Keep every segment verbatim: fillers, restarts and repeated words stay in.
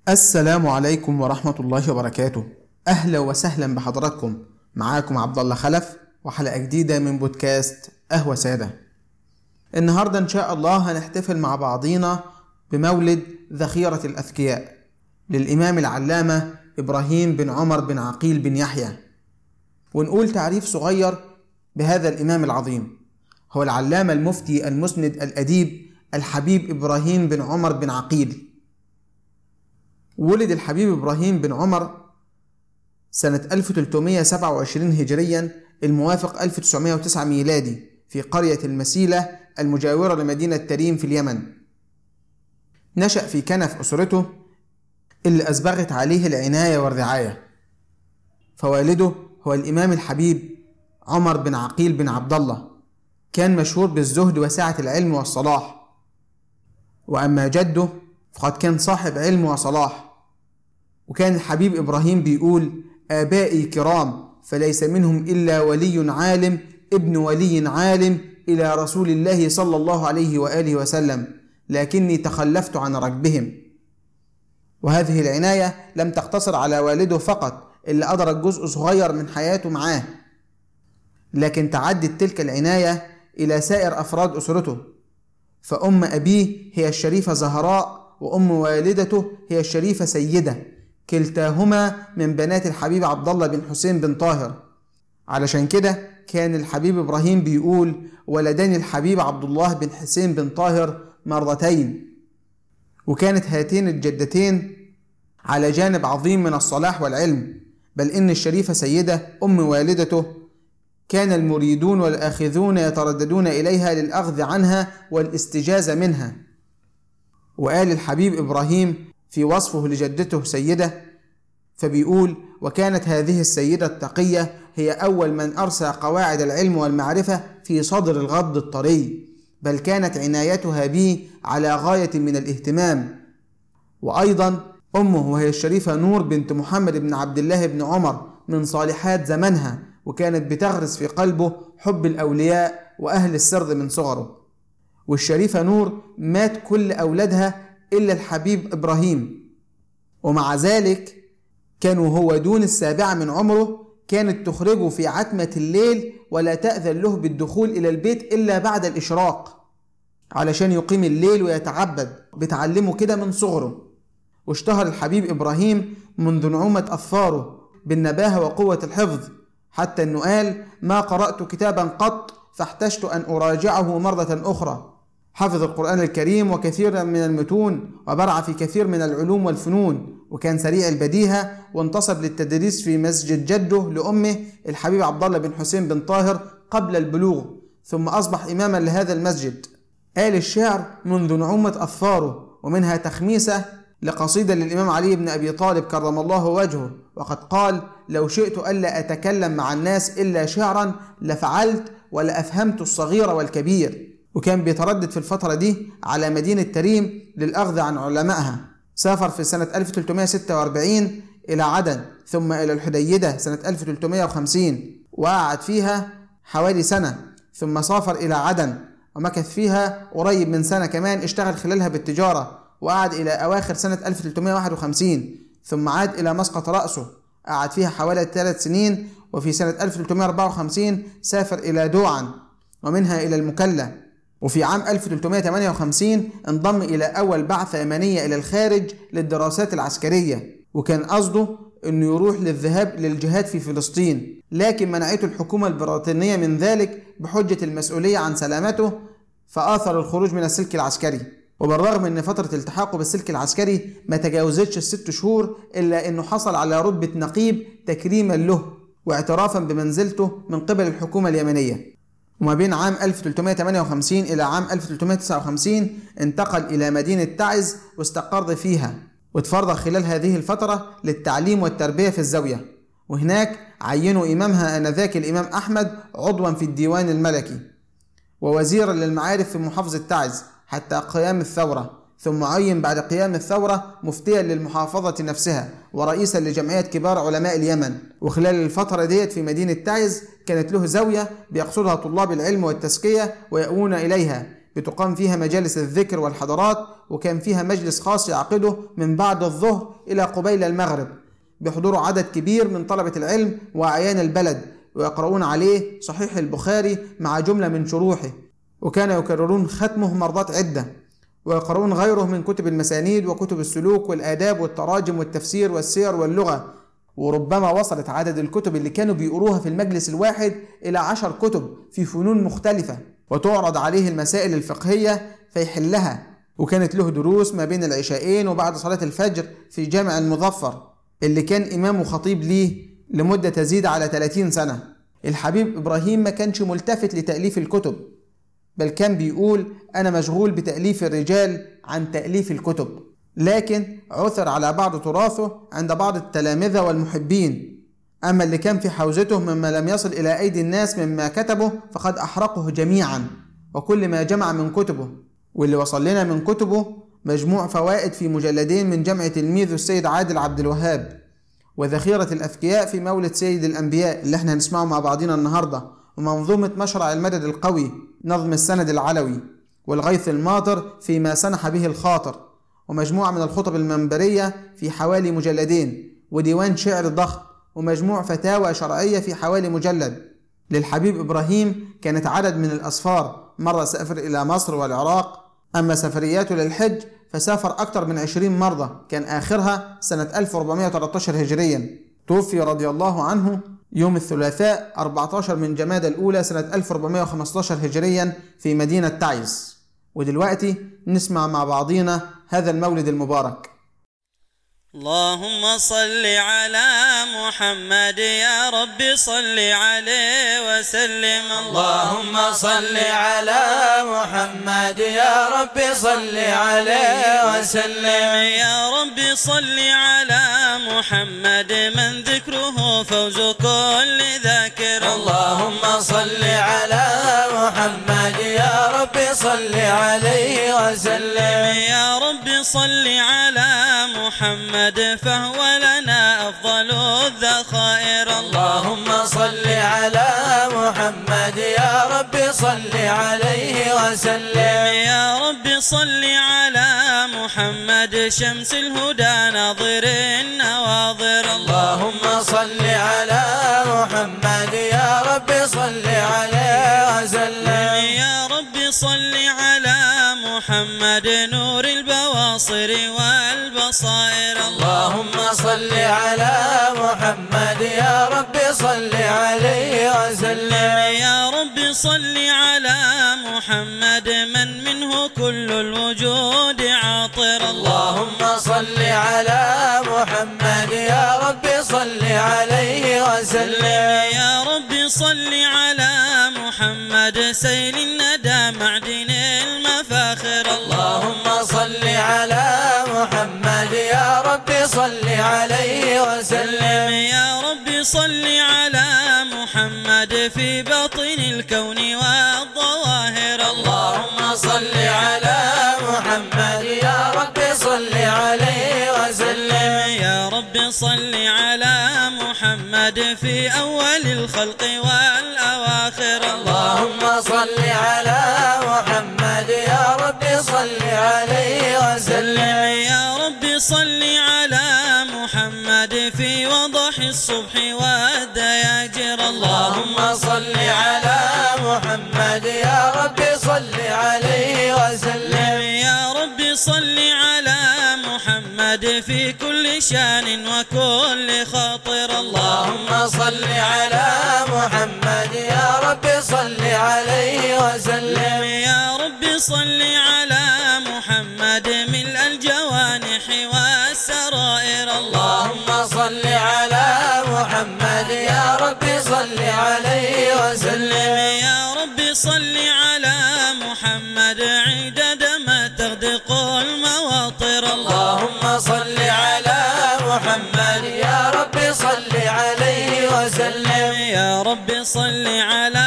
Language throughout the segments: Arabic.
السلام عليكم ورحمة الله وبركاته. أهلا وسهلا بحضراتكم. معاكم عبد الله خلف وحلقة جديدة من بودكاست قهوة سادة. النهاردة إن شاء الله هنحتفل مع بعضينا بمولد ذخيرة الأذكياء للإمام العلامة إبراهيم بن عمر بن عقيل بن يحيى. ونقول تعريف صغير بهذا الإمام العظيم. هو العلامة المفتي المسند الأديب الحبيب إبراهيم بن عمر بن عقيل. ولد الحبيب إبراهيم بن عمر سنة ألف وثلاثمائة وسبعة وعشرين هجريا الموافق ألف وتسعمائة وتسعة ميلادي في قرية المسيلة المجاورة لمدينة تريم في اليمن. نشأ في كنف أسرته اللي أسبغت عليه العناية والرعاية، فوالده هو الإمام الحبيب عمر بن عقيل بن عبد الله، كان مشهور بالزهد وسعة العلم والصلاح. وأما جده فقد كان صاحب علم وصلاح. وكان الحبيب إبراهيم بيقول: آبائي كرام فليس منهم إلا ولي عالم ابن ولي عالم إلى رسول الله صلى الله عليه وآله وسلم، لكني تخلفت عن ركبهم. وهذه العناية لم تقتصر على والده فقط اللي أدرك جزء صغير من حياته معاه، لكن تعدت تلك العناية إلى سائر أفراد أسرته. فأم أبيه هي الشريفة زهراء، وأم والدته هي الشريفة سيدة، كلتاهما من بنات الحبيب عبد الله بن حسين بن طاهر. علشان كده كان الحبيب إبراهيم بيقول: ولدني الحبيب عبد الله بن حسين بن طاهر مرتين. وكانت هاتين الجدتين على جانب عظيم من الصلاح والعلم، بل إن الشريفة سيدة أم والدته كان المريدون والآخذون يترددون إليها للأخذ عنها والاستجازة منها. وقال الحبيب إبراهيم في وصفه لجدته سيدة فبيقول: وكانت هذه السيدة التقية هي أول من أرسى قواعد العلم والمعرفة في صدر الغض الطري، بل كانت عنايتها بي على غاية من الاهتمام. وأيضا أمه وهي الشريفة نور بنت محمد بن عبد الله بن عمر من صالحات زمنها، وكانت بتغرس في قلبه حب الأولياء وأهل السر من صغره. والشريفة نور مات كل أولادها إلا الحبيب إبراهيم، ومع ذلك كان وهو دون السابعة من عمره كانت تخرجه في عتمة الليل ولا تأذن له بالدخول إلى البيت إلا بعد الإشراق علشان يقيم الليل ويتعبد. بتعلمه كده من صغره. واشتهر الحبيب إبراهيم منذ نعومة أظفاره بالنباهة وقوة الحفظ، حتى أنه قال: ما قرأت كتابا قط فاحتجت أن أراجعه مرة أخرى. حفظ القرآن الكريم وكثيرا من المتون، وبرع في كثير من العلوم والفنون، وكان سريع البديهة، وانتصب للتدريس في مسجد جده لأمه الحبيب عبد الله بن حسين بن طاهر قبل البلوغ، ثم أصبح إماما لهذا المسجد. قال الشعر منذ نعومة أظفاره، ومنها تخميسة لقصيدة للإمام علي بن أبي طالب كرم الله وجهه، وقد قال: لو شئت ألا أتكلم مع الناس إلا شعرا لفعلت ولا أفهمت الصغير والكبير. وكان بيتردد في الفترة دي على مدينة تريم للأخذ عن علمائها. سافر في سنة ألف وثلاثمائة وستة وأربعين إلى عدن، ثم إلى الحديدة سنة ألف وثلاثمائة وخمسين، وقعد فيها حوالي سنة، ثم سافر إلى عدن ومكث فيها قريب من سنة كمان، اشتغل خلالها بالتجارة، وقعد إلى أواخر سنة ألف وثلاثمائة وواحد وخمسين، ثم عاد إلى مسقط رأسه، قعد فيها حوالي ثلاث سنين. وفي سنة ألف وثلاثمائة وأربعة وخمسين سافر إلى دوعا ومنها إلى المكلا. وفي عام ألف وثلاثمائة وثمانية وخمسين انضم إلى أول بعثة يمنية إلى الخارج للدراسات العسكرية، وكان قصده أنه يروح للذهاب للجهاد في فلسطين، لكن منعته الحكومة البريطانية من ذلك بحجة المسؤولية عن سلامته، فآثر الخروج من السلك العسكري. وبالرغم أن فترة التحاقه بالسلك العسكري ما تجاوزتش الست شهور، إلا أنه حصل على رتبة نقيب تكريما له واعترافا بمنزلته من قبل الحكومة اليمنية. وما بين عام ألف وثلاثمائة وثمانية وخمسين إلى عام ألف وثلاثمائة وتسعة وخمسين انتقل إلى مدينة تعز واستقر فيها، وتفرغ خلال هذه الفترة للتعليم والتربية في الزاوية. وهناك عينوا إمامها آنذاك الإمام أحمد عضوا في الديوان الملكي ووزيرا للمعارف في محافظة تعز حتى قيام الثورة، ثم عين بعد قيام الثورة مفتيا للمحافظة نفسها ورئيسا لجمعية كبار علماء اليمن. وخلال الفترة ديت في مدينة تعز كانت له زاوية بيقصدها طلاب العلم والتزكية ويأوون إليها، بتقام فيها مجالس الذكر والحضرات، وكان فيها مجلس خاص يعقده من بعد الظهر إلى قبيل المغرب بحضور عدد كبير من طلبة العلم وأعيان البلد، ويقرؤون عليه صحيح البخاري مع جملة من شروحه، وكان يكررون ختمه مرات عدة، ويقرؤون غيره من كتب المسانيد وكتب السلوك والآداب والتراجم والتفسير والسير واللغة. وربما وصلت عدد الكتب اللي كانوا بيقروها في المجلس الواحد إلى عشر كتب في فنون مختلفة، وتعرض عليه المسائل الفقهية فيحلها. وكانت له دروس ما بين العشاءين وبعد صلاة الفجر في جامع المظفر اللي كان إمام وخطيب ليه لمدة تزيد على ثلاثين سنة. الحبيب إبراهيم ما كانش ملتفت لتأليف الكتب، بل كان بيقول أنا مشغول بتأليف الرجال عن تأليف الكتب، لكن عثر على بعض تراثه عند بعض التلامذة والمحبين. أما اللي كان في حوزته مما لم يصل إلى أيدي الناس مما كتبه فقد أحرقه جميعا، وكل ما جمع من كتبه. واللي وصل لنا من كتبه مجموع فوائد في مجلدين من جمع تلميذه السيد عادل عبد الوهاب، وذخيرة الأذكياء في مولد سيد الأنبياء اللي احنا هنسمعه مع بعضنا النهاردة، ومنظومة مشرع المدد القوي نظم السند العلوي، والغيث الماطر فيما سنح به الخاطر، ومجموعة من الخطب المنبرية في حوالي مجلدين، وديوان شعر ضخم، ومجموع فتاوى شرعية في حوالي مجلد. للحبيب إبراهيم كانت عدد من الأسفار، مرة سافر إلى مصر والعراق. أما سفرياته للحج فسافر أكثر من عشرين مرة، كان آخرها سنة ألف وأربعمائة وثلاثة عشر هجريا. توفي رضي الله عنه يوم الثلاثاء أربعة عشر من جمادى الأولى سنة ألف وأربعمائة وخمسة عشر هجريا في مدينة تعز. ودلوقتي نسمع مع بعضينا هذا المولد المبارك. اللهم صل على محمد يا رب صل عليه وسلم. اللهم صل على محمد يا رب صل عليه وسلم. يا رب صل على محمد من ذكره فوز كل ذاكر. اللهم صل على محمد يا رب صل عليه وسلم. يا رب صل على محمد فهو لنا أفضل الذخائر. اللهم صل على محمد يا رب صل عليه وسلم. يا رب صل على محمد شمس الهدى ناظر النواظر. اللهم صل على محمد يا رب صل عليه وسلم. يا رب صل على محمد نور البواصر والبصائر. اللهم صل على محمد يا رب صل عليه وسلم. يا رب صل على محمد من منه كل الوجود عاطر. اللهم صل على محمد يا رب صل عليه وسلم. يا رب صل على محمد سيل الندى معدن المفاخر. اللهم صل على محمد يا رب صل عليه وسلم. يا رب صل على محمد في باطن الكون والظواهر. اللهم صل على محمد يا رب صل عليه وسلم. يا رب صل على محمد في أول الخلق والأواخر. اللهم صل على محمد يا رب صل عليه وسلم. يا رب صل على محمد في وضح الصبح والدياجر. اللهم صل على محمد يا رب صل عليه وسلم. يا رب صل على محمد في كل شان وكل خاطر. اللهم صل على محمد يا رب صل عليه وسلم. يا رب صل على محمد ملء الجوانح والسرائر. اللهم صل على محمد يا رب صل عليه وسلم. يا رب صل على محمد عدد ما تغدق المواطر. اللهم صل على محمد يا رب صل عليه وسلم. يا رب صل على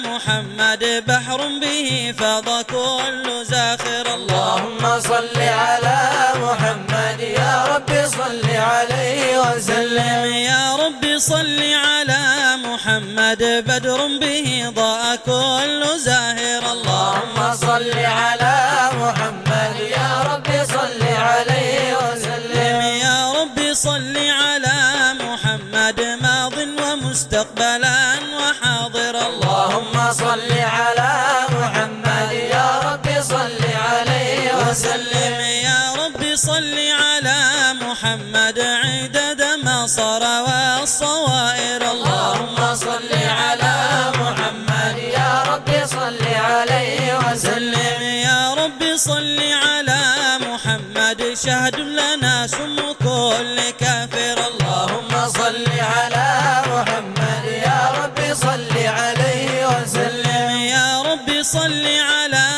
محمد بحر به فاض كل زاخر. اللهم صل على محمد يا رب صل عليه وسلم. يا رب صل على محمد محمد بدر به ضاء كل زاهر. اللهم صل على محمد يا رب صل عليه وسلم. يا رب صل على محمد ماض ومستقبلا وحاضرا. اللهم صل على محمد يا رب صل عليه وسلم. يا رب صل على محمد عدد ما صار والصوائر. اللهم صل على محمد يا رب صل عليه وسلم. يا رب صل على محمد شهد لنا سم كل كافر. اللهم صل على محمد يا رب صل عليه وسلم. يا رب صل على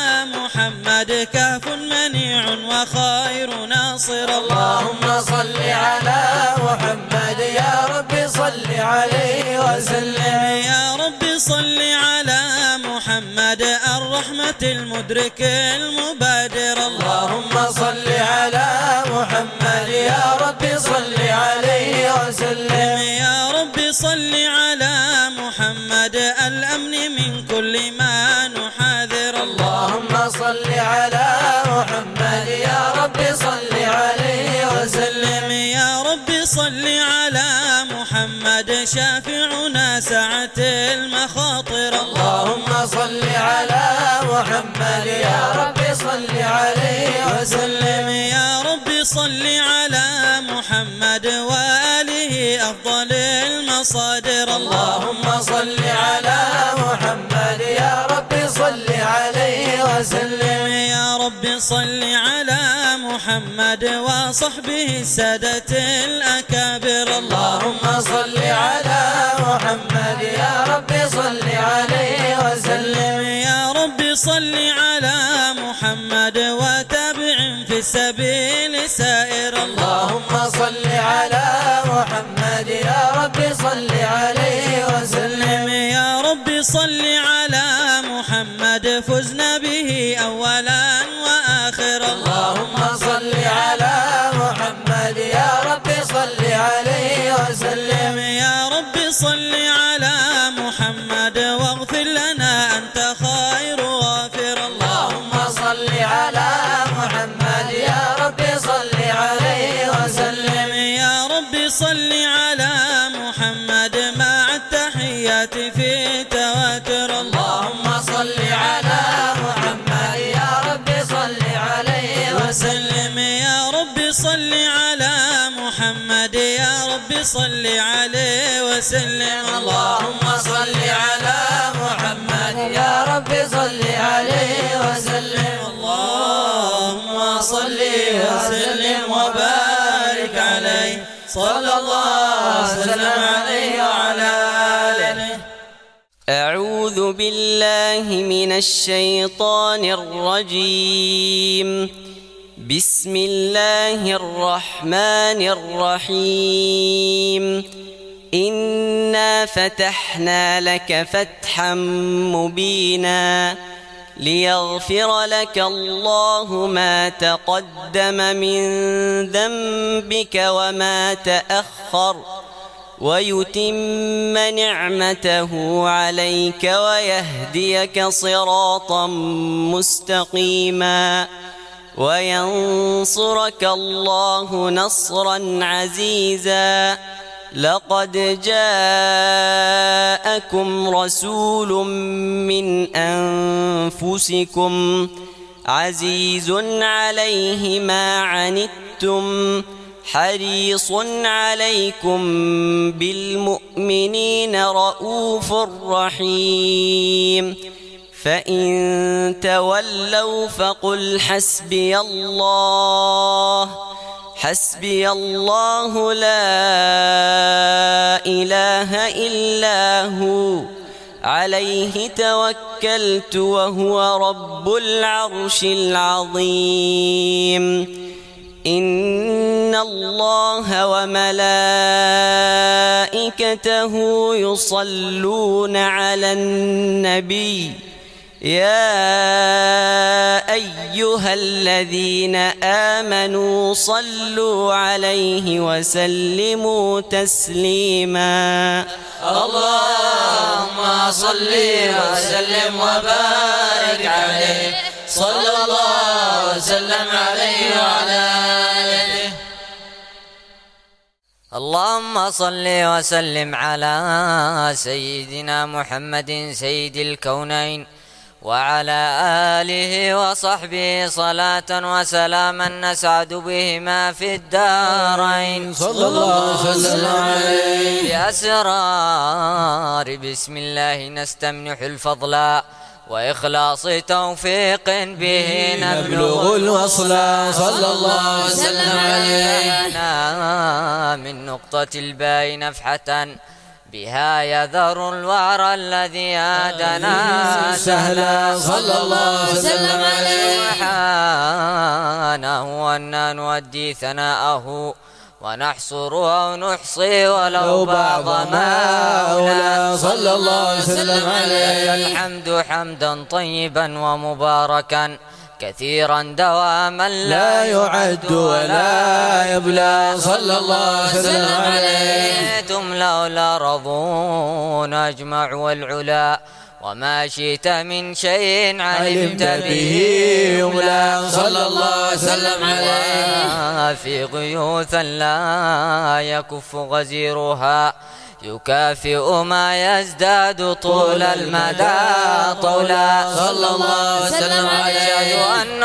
محمد كهف منيع وخير ناصر. اللهم صل على محمد يا رب صل عليه وسلم. يا رب صل على محمد الرحمة المدرك المبادر. اللهم صل على محمد يا رب صل عليه وسلم. يا رب صل على محمد الأمن من كل ما نحاذر. اللهم صل على محمد يا رب صل عليه وسلم. يا رب صل على محمد شافعنا سعة المخاطر. اللهم صل على محمد يا رب صل عليه وسلم. يا رب صل على محمد وآله أفضل المصادر. اللهم صل على محمد يا رب صل عليه وسلم. يا رب صل على محمد وصحبه السادة الأكابر. اللهم صل على محمد يا رب صل عليه وسلم. يا رب صل على محمد وتابع في السبيل سائر. اللهم صل على محمد يا رب صل عليه وسلم. يا رب صل على محمد فزنا به أولا وآخرا. اللهم صل على محمد يا رب صل عليه وسلم. يا رب صل على محمد واغفر لنا أنت خير غافر. اللهم صل على محمد يا رب صل عليه وسلم. يا رب صل على محمد مع التحيات في تواتر. اللهم صل على محمد يا رب صل عليه وسلم. يا رب صل على محمد يا رب صل عليه وسلم. اللهم صل على محمد يا رب صل عليه وسلم. اللهم صل وسلم وبارك عليه صلى الله وسلم عليه وعلى آله. أعوذ بالله من الشيطان الرجيم. بسم الله الرحمن الرحيم. إنا فتحنا لك فتحا مبينا ليغفر لك الله ما تقدم من ذنبك وما تأخر ويتم نعمته عليك ويهديك صراطا مستقيما وينصرك الله نصرا عزيزا. لقد جاءكم رسول من أنفسكم عزيز عليه ما عنتم حريص عليكم بالمؤمنين رؤوف رحيم. فإن تولوا فقل حسبي الله حسبي الله لا إله إلا هو عليه توكلت وهو رب العرش العظيم. إن الله وملائكته يصلون على النبي يا أيها الذين آمنوا صلوا عليه وسلموا تسليما. اللهم صل وسلم وبارك عليه صلى الله وسلم عليه وعلى آله. اللهم صل وسلم على سيدنا محمد سيد الكونين وعلى آله وصحبه صلاة وسلاما نسعد بهما في الدارين صلى الله وسلم عليه. بأسرار بسم الله نستمنح الفضل وإخلاص توفيق به نبلغ الوصل صلى الله وسلم عليه. من نقطة الباء نفحة بها يذر الوعر الذي آدنا سهلا صلى الله وسلم عليه. سبحانه أن نؤدي ثناءه ونحصر أو نحصي ولو بعض ما أولى صلى الله وسلم عليه. الحمد حمدا طيبا ومباركا كثيرا دواما لا يعد ولا يبلى صلى الله وسلم عليه. تملأ الأرضون أجمع والعلا وما شئت من شيء علمت به يملى صلى الله وسلم عليه. في غيوثا لا يكف غزيرها يكافئ ما يزداد طول المدى طولا صلى الله وسلم عليه. أشهد أن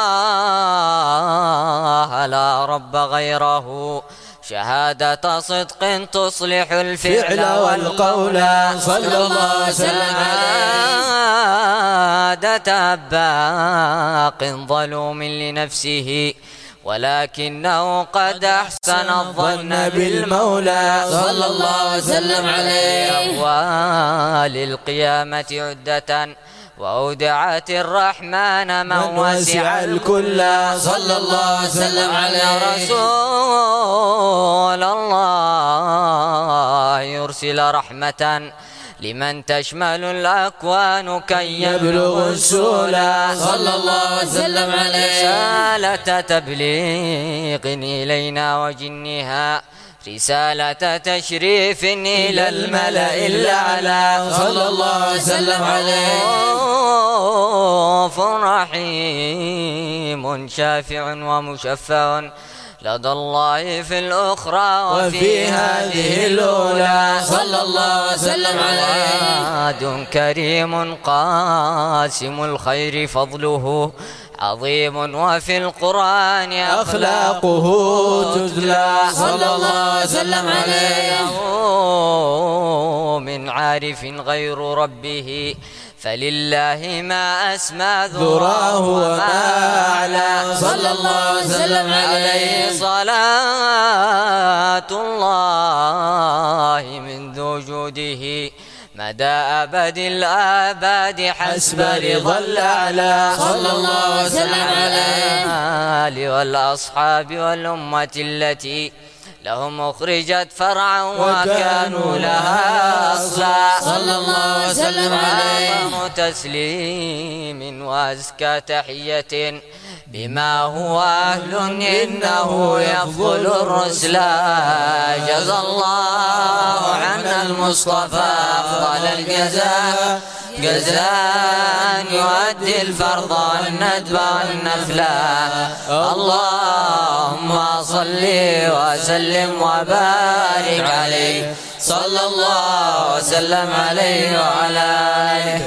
الله لا رب غيره شهادة صدق تصلح الفعل والقول صلى الله وسلم عليه. شهادة باق ظلوم لنفسه ولكنه قد أحسن الظن بالمولى صلى الله وسلم عليه. وللقيامة عدة وأودعت الرحمن من وسع الكل صلى الله وسلم عليه. رسول الله يرسل رحمة لمن تشمل الأكوان كي يبلغ السولا صلى الله وسلم عليه. رسالة تبليغ إلينا وجنها رسالة تشريف إلى الملأ الأعلى صلى الله وسلم عليه. رؤوف رحيم شافع ومشفع لدى الله في الأخرى وفي هذه الأولى صلى الله وسلم عليه. وعد كريم قاسم الخير فضله عظيم وفي القرآن أخلاقه تتلى صلى الله وسلم عليه. من عارف غير ربه فلله ما أسمى ذراه وما أعلى صلى الله وسلم عليه. صلاة الله منذ وجوده مدى أبد الآباد حسب رضا الأعلى صلى الله وسلم عليه. الآل والأصحاب والأمة التي لهم أخرجت فرعا وكانوا لها أصلا صلى الله وسلم عليه. أعظم تسليم وأزكى تحية بما هو أهل إنه يفضل الرسل. جزى الله عنا المصطفى أفضل الجزاء جزاء يؤدي الفرض والندب والنفل. اللهم صل وسلم وبارك عليه صلى الله وسلم عليه وعلى آله.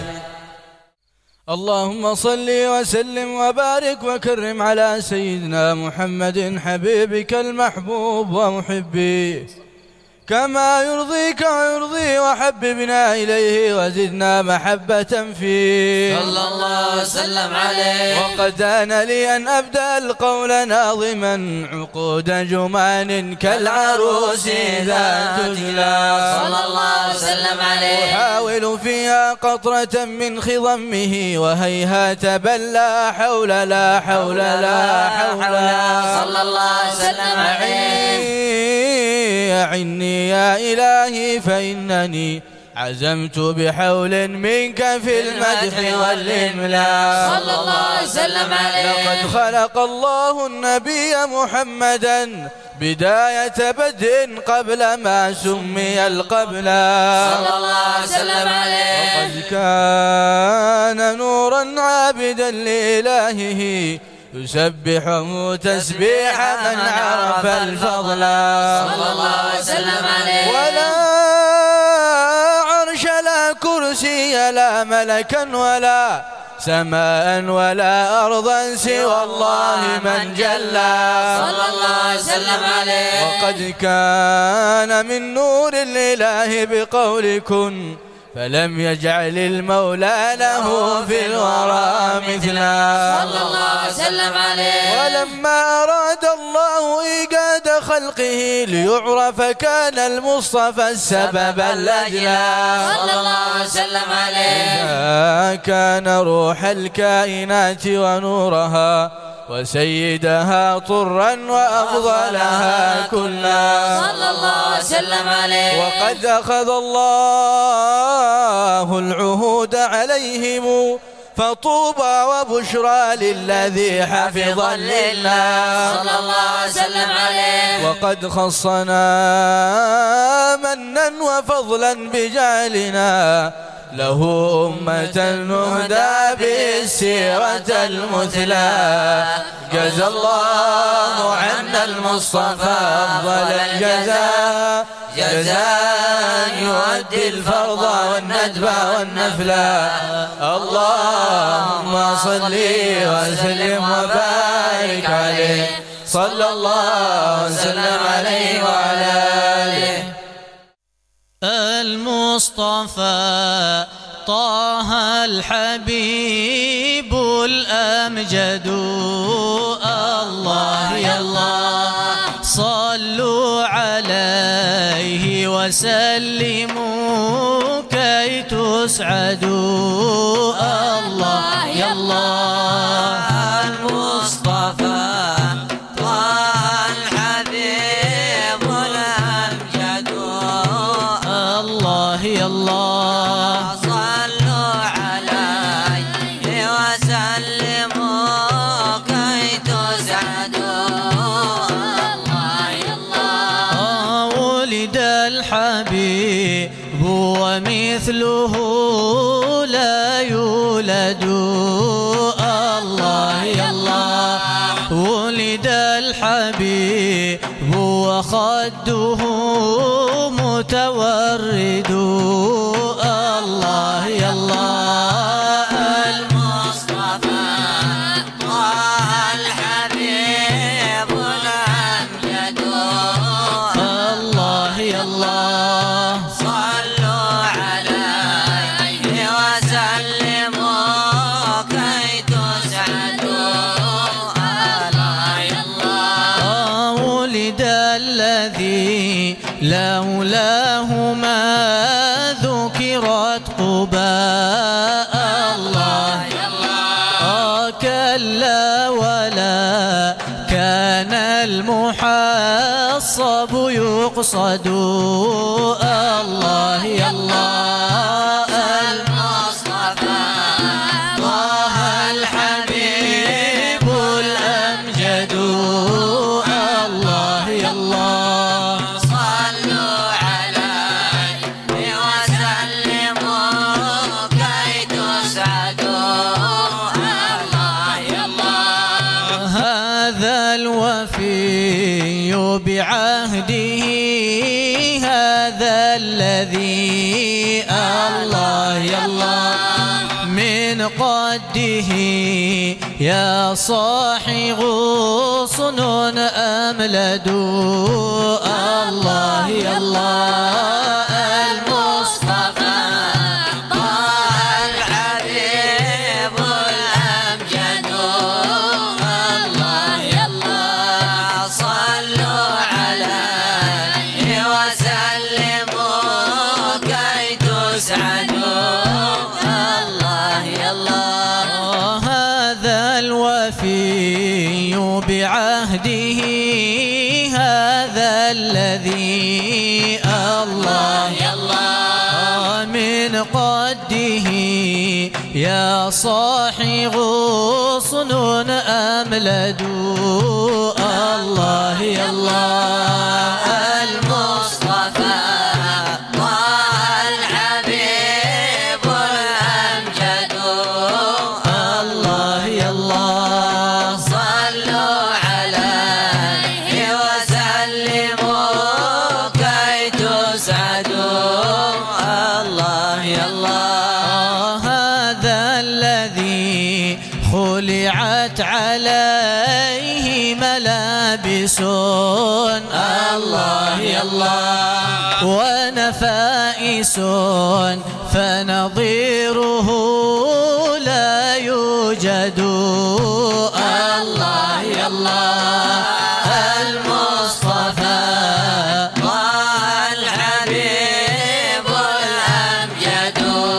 اللهم صل وسلم وبارك وكرم على سيدنا محمد حبيبك المحبوب ومحبيه كما يرضيك ويرضي وحببنا إليه وزدنا محبة فيه صلى الله وسلم عليه. وقد آن لي أن أبدأ القول ناظما عقود جمان كالعروس إذا تجلى صلى الله وسلم عليه. أحاول فيها قطرة من خضمه وهيهات بل لا حول لا حول لا حول صلى الله وسلم عليه. أعني يا إلهي فإنني عزمت بحول منك في المدح والإملاء صلى الله عليه وسلم عليه. لقد خلق الله النبي محمدا بداية بدء قبل ما سمي القبلا صلى الله عليه وسلم عليه. وقد كان نورا عابدا لإلهه يسبحه تسبيح من عرف الفضل صلى الله عليه وسلم عليه. ولا عرش لا كرسي لا ملكا ولا سماء ولا أرضا سوى الله من جلا صلى الله عليه وسلم عليه. وقد كان من نور الإله بقول كن فلم يجعل المولى له في الورى مثلا صلى الله عليه وسلم عليه. ولما أراد الله إيجاد خلقه ليعرف كان المصطفى السبب الأجلى صلى الله عليه وسلم عليه. كان روح الكائنات ونورها وسيدها طرا وأفضلها كلا صلى الله عليه وسلم عليه. وقد أخذ الله العهود عليهم فطوبى وبشرى للذي حفظ لله صلى الله عليه وسلم عليه. وقد خصنا منا وفضلا بجعلنا له أمة نهدى بالسيرة المثلى جزى الله عنا المصطفى أفضل الجزاء جزاء يؤدي الفرض والندب والنفلا اللهم صل وسلم وبارك عليه صلى الله وسلم عليه وعلى آله. المصطفى طه الحبيب الأمجد الله يا الله صلوا عليه وسلموا كي تسعدوا الله يا الله. المصطفى طه الحبيب الأمجد الله يا الله صلوا عليه وسلموا كي تسعدوا الله يا الله. ولد الحبيب ومثله لا يولد الله يا الله. ولد الحبيب وخده متورد الله يا الله. المصطفى طه الحبيب الأمجد الله يا الله صلوا عليه وسلموا كي تسعدوا الله يا الله. ولد الذي لولاه ما ذكرت قباء الله يا الله. كلا ولا كان المحصب يقصد الله يا الله. المصطفى طه الحبيب الأمجد الله يا الله. صلوا عليه وسلموا كي تسعدوا الله يا الله. هذا الوفي بعهده هذا الذي الله يا الله من قده يا صاحي غصن أملد الله يا الله. المصطفى طه الحبيب الأمجد الله يا الله. صلوا عليه وسلموا كي تسعدوا الله يا الله. هذا الوفي بعهده هذا الذي الله يا الله. بقده يا صاحي غصن أملد الله يا الله المصطفى طه الحبيب الأمجد الله يا الله صلوا عليه وسلموا كي تسعدوا الله يا الله هذا الذي خلعت عليه ملابس الله يا الله ونفائس فنظيره لا يوجد الله يا الله المصطفى طه الحبيب الأمجد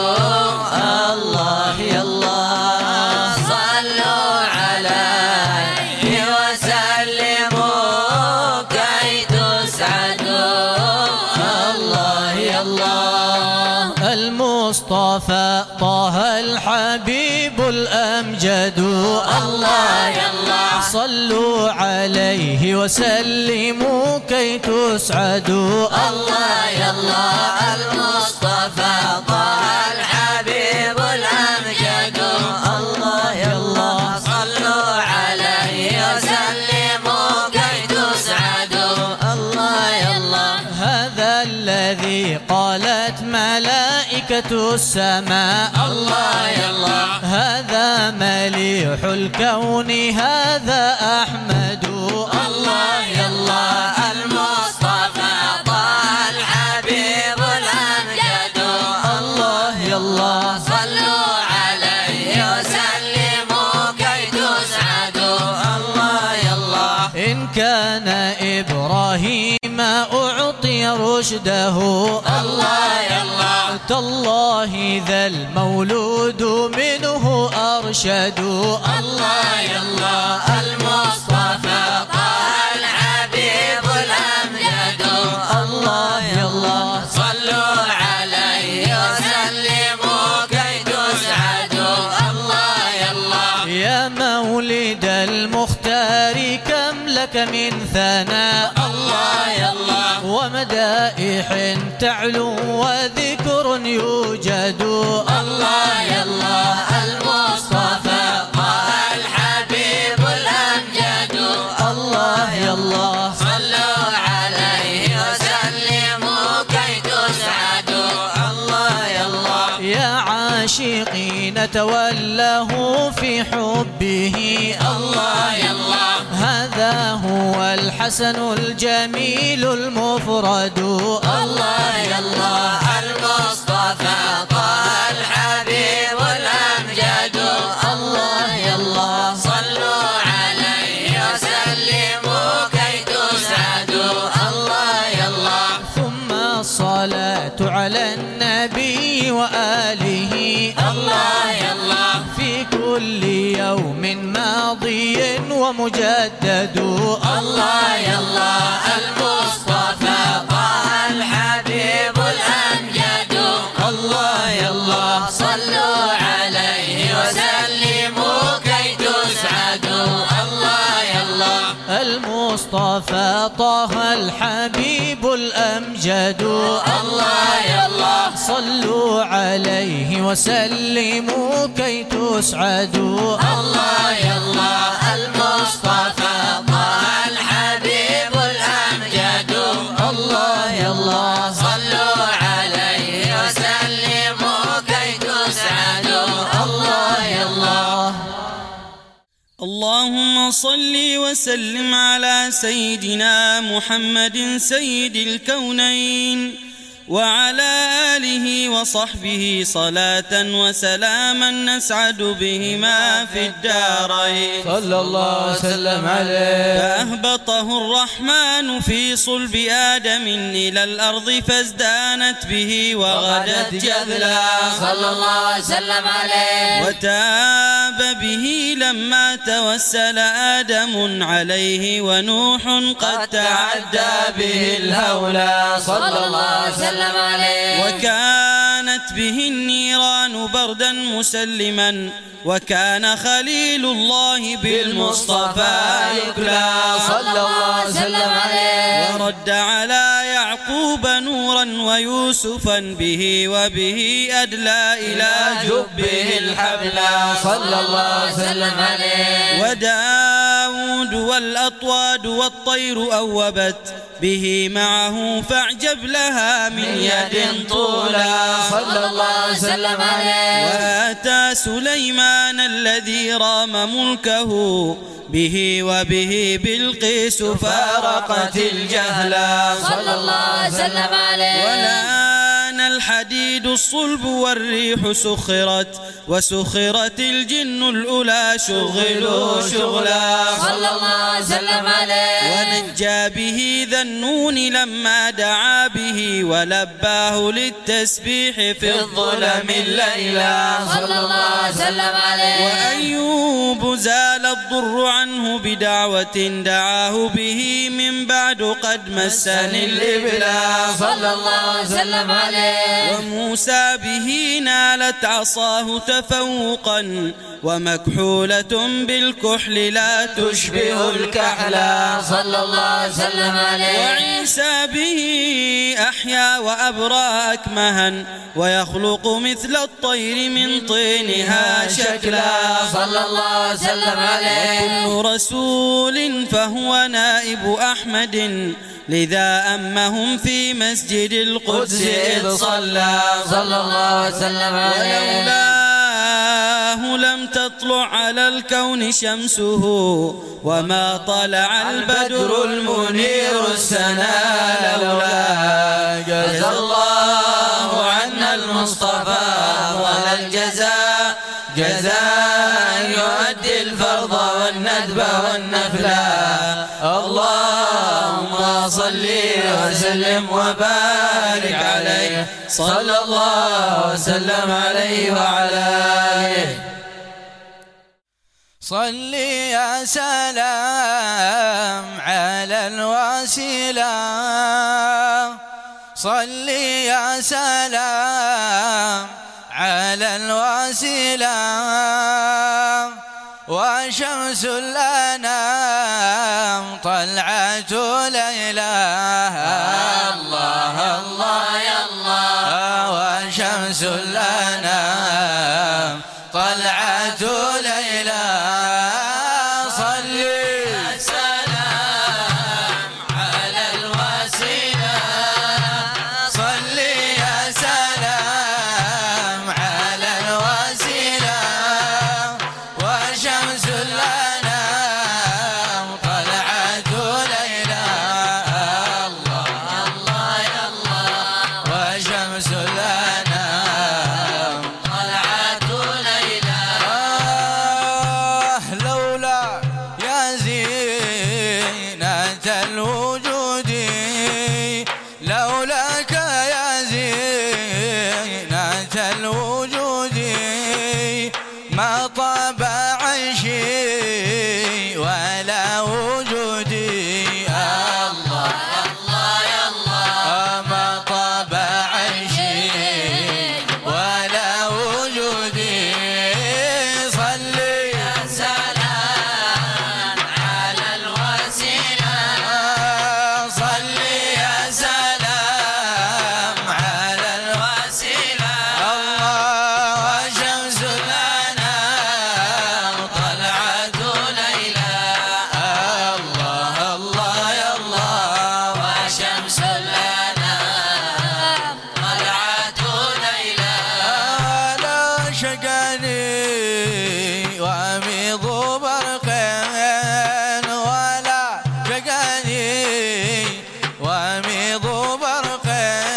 الله يا الله صلوا عليه وسلموا كي تسعدوا الله يا الله المصطفى طه الحبيب الأمجد الله يا الله صلوا عليه وسلموا كي تسعدوا الله يا الله المصطفى طه الحبيب الأمجد الله يا الله صلوا عليه وسلموا كي تسعدوا الله يا الله هذا الذي قالت ملائكة السماء الله يا الله هذا مليح الكون هذا أحمد الله يا الله المصطفى طه الحبيب الأمجد الله يا الله صلوا عليه وسلموا كي تسعدوا الله يا الله إن كان إبراهيم أعطي رشده الله يا الله تالله ذا المولود منه أرشد الله يا الله المصطفى طه الحبيب الأمجد الله يا الله صلوا عليه وسلموا كي تسعدوا الله يا الله يا مولد المختار كم لك من ثناء الله يا الله ومدائح تعلو وذكر يوجد الله يا الله المصطفى طه الحبيب الأمجد الله يا الله صلوا عليه وسلموا كي تسعدوا الله يا الله يا عاشقين تولاه في حبه الله يا الله هذا هو الحسن الجميل المفرد الله يا الله المصطفى طه الحبيب الأمجد الله يا الله صلوا عليه وسلموا كي تسعدوا الله يا الله ثم الصلاة على النبي وآله الله يا الله في كل يوم ماضي ومجدد الله يا الله المصطفى طه الحبيب الأمجد الله يا الله صلوا عليه وسلموا كي تسعدوا الله يا الله المصطفى طه الحبيب الأمجد الله يا الله صلوا عليه وسلموا كي تسعدوا الله يا الله المصطفى طه الحبيب الأمجد الله يا الله صلوا عليه وسلموا كي تسعدوا الله يا الله اللهم صل وسلم على سيدنا محمد سيد الكونين وعلى آله وصحبه صلاة وسلاما نسعد بهما في الدارين صلى الله وسلم عليه. فأهبطه الرحمن في صلب آدم إلى الأرض فازدانت به وغدت جذلا صلى الله وسلم عليه. وتاب به لما توسل آدم عليه ونوح قد تعدى به الهولا صلى الله وسلم عليه. وكانت كانت به النيران بردا مسلما وكان خليل الله بالمصطفى يكلى صلى الله وسلم عليه. ورد على يعقوب نورا ويوسفا به وبه أدلى إلى جبه الحبلى صلى الله وسلم عليه. وداود والأطواد والطير أوبت به معه فاعجب لها من يد طولا صلى الله وسلم عليه. وآتى سليمان الذي رام ملكه به وبه بلقيس فارقت الجهلا صلى الله وسلم عليه. ولان الحديد الصلب والريح سخرت وسخرت الجن الأولى شغلوا شغلا صلى الله وسلم عليه. ونجى به ذا النون لما دعا به ولباه للتسبيح في الظلم الليلا صلى الله وسلم عليه. وأيوب زال الضر عنه بدعوة دعاه به من بعد قد مسني الإبلا صلى الله وسلم عليه. وموسى به نالت عصاه تفوقا ومكحولة بالكحل لا تشبه الكحلا صلى الله وسلم عليه. وعيسى به أحيا وأبرى أكمها ويخلق مثل الطير من طينها شكلا صلى الله وسلم عليه. وكل رسول فهو نائب أحمد لذا أمهم في مسجد القدس إذ صلى صلى الله وسلم عليه. ولولاه لم تطلع على الكون شمسه وما طلع البدر المنير السنا لولا جزى الله عنا المصطفى ولا الجزاء جزاء يؤدي الفرض والندب والنفلا. اللهم صل وسلم وبارك عليه صلى الله وسلم عليه وعلى آله. صل يا سلام على الوسيلة صل يا سلام على الوسيلة وشمس الأنام طلعت ليلة الله الله يا الله وشمس الأنام طلعت ليلة صل يا سلام على الوسيلة صل يا سلام على الوسيلة وشمس الأنام طلعت ليلة الله الله يا الله وشمس الأنام طلعت ليلة آه لولا يا زينة الوجود لولاك يا زينة الوجود ما طاب عيشي ولا وجودي الله الله يا الله ما طاب عيشي ولا وجودي صلي يا سلام على الوسيلة صلي يا سلام على الوسيلة الله وشمس الأنام طلعت ليلة الله الله يا الله وشمس الأنام طلعت ليلة لا شقاني وميض برق ولا شقاني وميض برق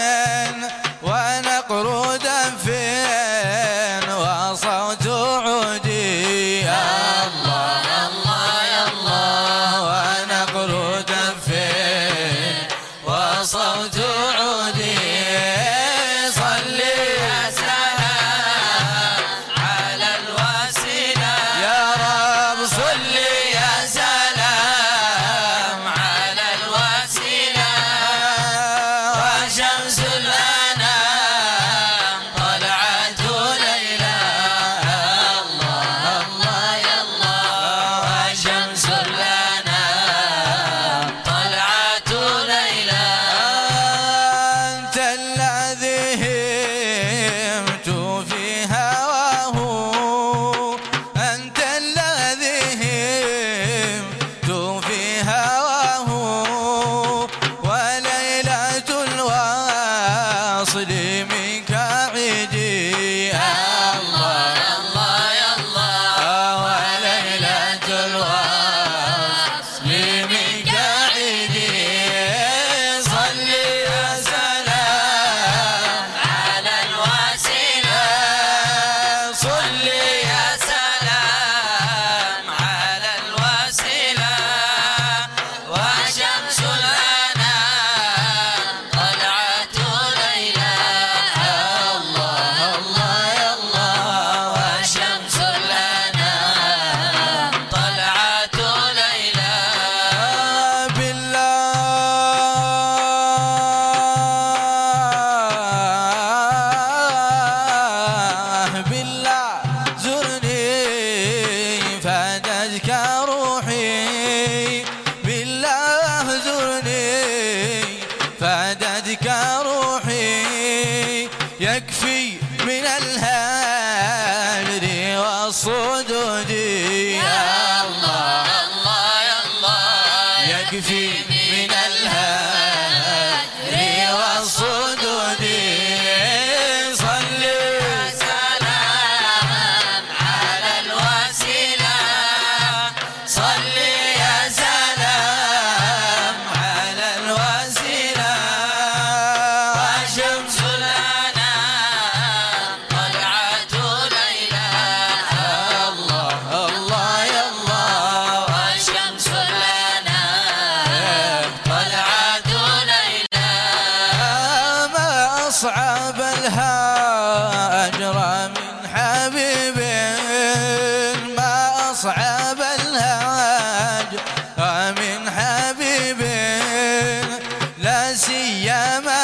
ونقر دف وصوت عودي الله الله يا الله ونقر دف وصوت عودي صلي يا سلام على الوسيلة يا رب صلي يا سلام على الوسيلة وشمس الأنام طلعت فادتك روحي يكفي من الهجر والصدود يا الله الله يا الله يكفي من الهجر والصدود صلي سلام على الوسيلة صلي يا سلام على الوسيلة وشمس الأنام طلعت ليلى الله الله يا الله وشمس الأنام طلعت ليلى ما أصعب الهجر من حبيب ما أصعب الهجر من حبيب لا سيما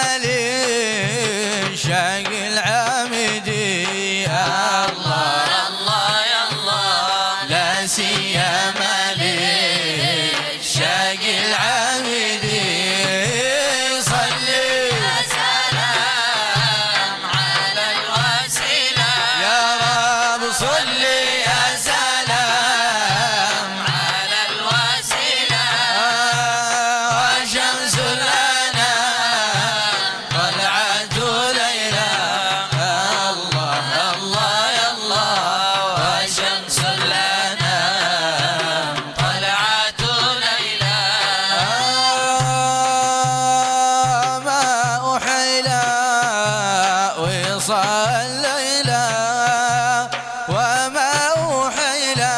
للشاق العامدي يا الله الله يا الله لا سيما للشاق العامدي صلي يا سلام على الوسيلة يا رب صلي يا سلام على الوسيلة وشمس الأنام طلعت ليلى الله الله يا الله وشمس الأنام طلعت ليلى ما أحيلا وصال ليلى وما أحيلا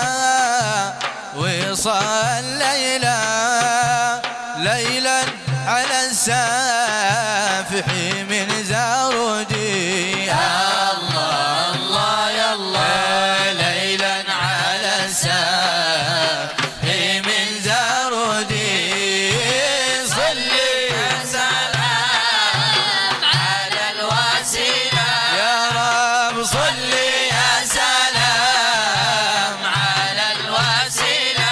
وصال ليلى ليلا على السافح من زارودي يا الله الله يا الله ليلا على السافح من زارودي صلي يا سلام على الوسيلة يا رب صلي يا سلام على الوسيلة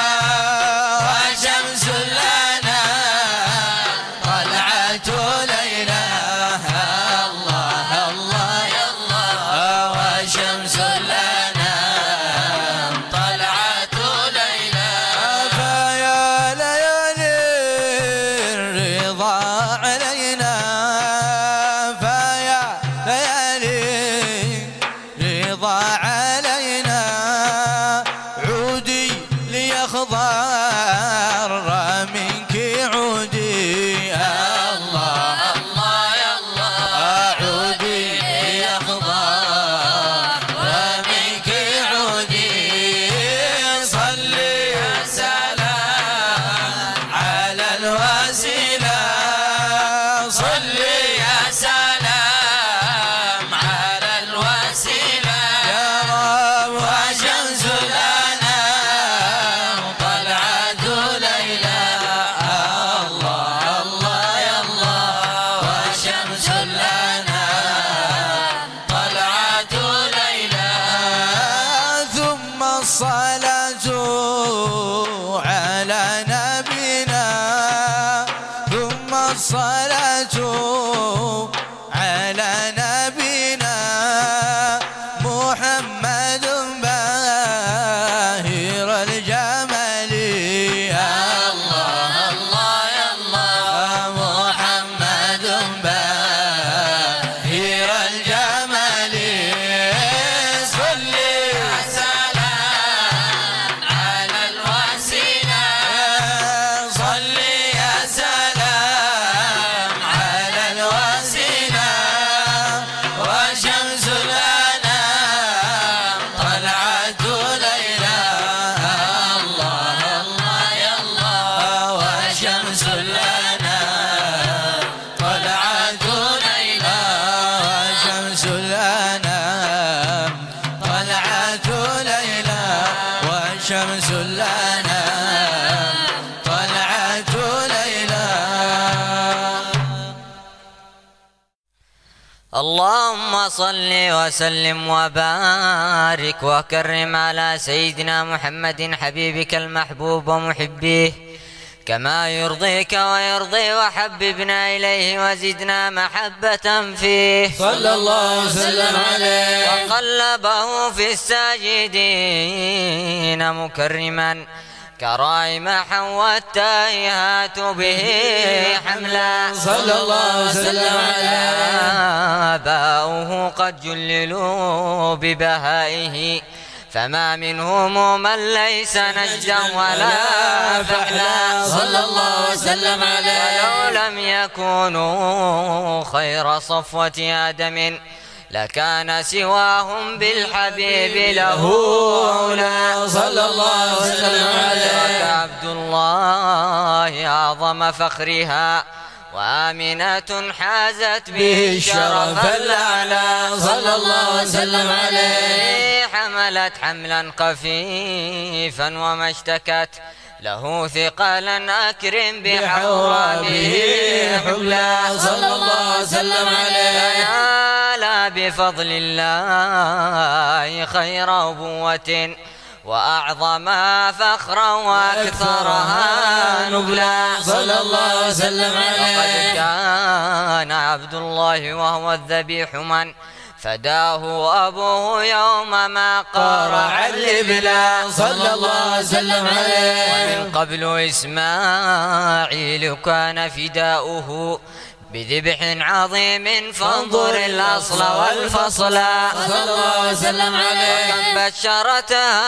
وشمس الأنام طلعت ليلى الله الله يا الله وشمس الأنام طلعت ليلى فيا ليالي الرضا علينا فيا ليالي رضا علينا عودي ليخضر منك عودي يا الله الله يا الله عودي ليخضر منك عودي صلي يا سلام على الوسيلة صلي يا سلام على الوسيلة يا رب وشمس الأنام طلعت ليلى الله الله يا الله وشمس الأنام طلعت ليلى ثم الصلاة على نبينا ثم الصلاة على نبينا محمد باهر الجمال يا الله الله يا الله محمد باهر الجمال صلي يا سلام على الوسيلة صلي يا سلام على الوسيلة وشمس الأنام طلعت ليلى الله الله يا الله وشمس الأنام طلعت ليلى وشمس الأنام طلعت ليلى وشمس الأنام طلعت ليلى اللهم صل وسلم وبارك وكرم على سيدنا محمد حبيبك المحبوب ومحبيه كما يرضيك ويرضي، وحببنا إليه وزدنا محبة فيه صلى الله وسلم عليه. وقلبه في الساجدين مكرما كرائم حوت التائهات به حملا صلى الله وسلم عليه. آباؤه قد جللوا ببهائه، فما منهم من ليس نجدا ولا فحلا صلى الله وسلم عليه. ولو لم يكونوا خير صفوة آدم لكان سواهم بالحبيب له أولى صلى الله وسلم عليه. عبد الله أعظم فخرها، وآمنة حازت به شرف الأعلى صلى الله وسلم عليه. حملت حملا خفيفا وما اشتكت له ثقالا أكرم بحورابه حبلا صلى الله وسلم عليه. نال بفضل الله خير أبوة وأعظم فخرا وأكثرها نبلا صلى الله وسلم عليه. وقد كان عبد الله وهو الذبيح من فداه أبوه يوم ما قارع الإبلا صلى الله وسلم عليه. ومن قبل إسماعيل كان فداؤه بذبح عظيم، فانظر الأصل والفصل صلى الله وسلم عليه. وكم بشرتها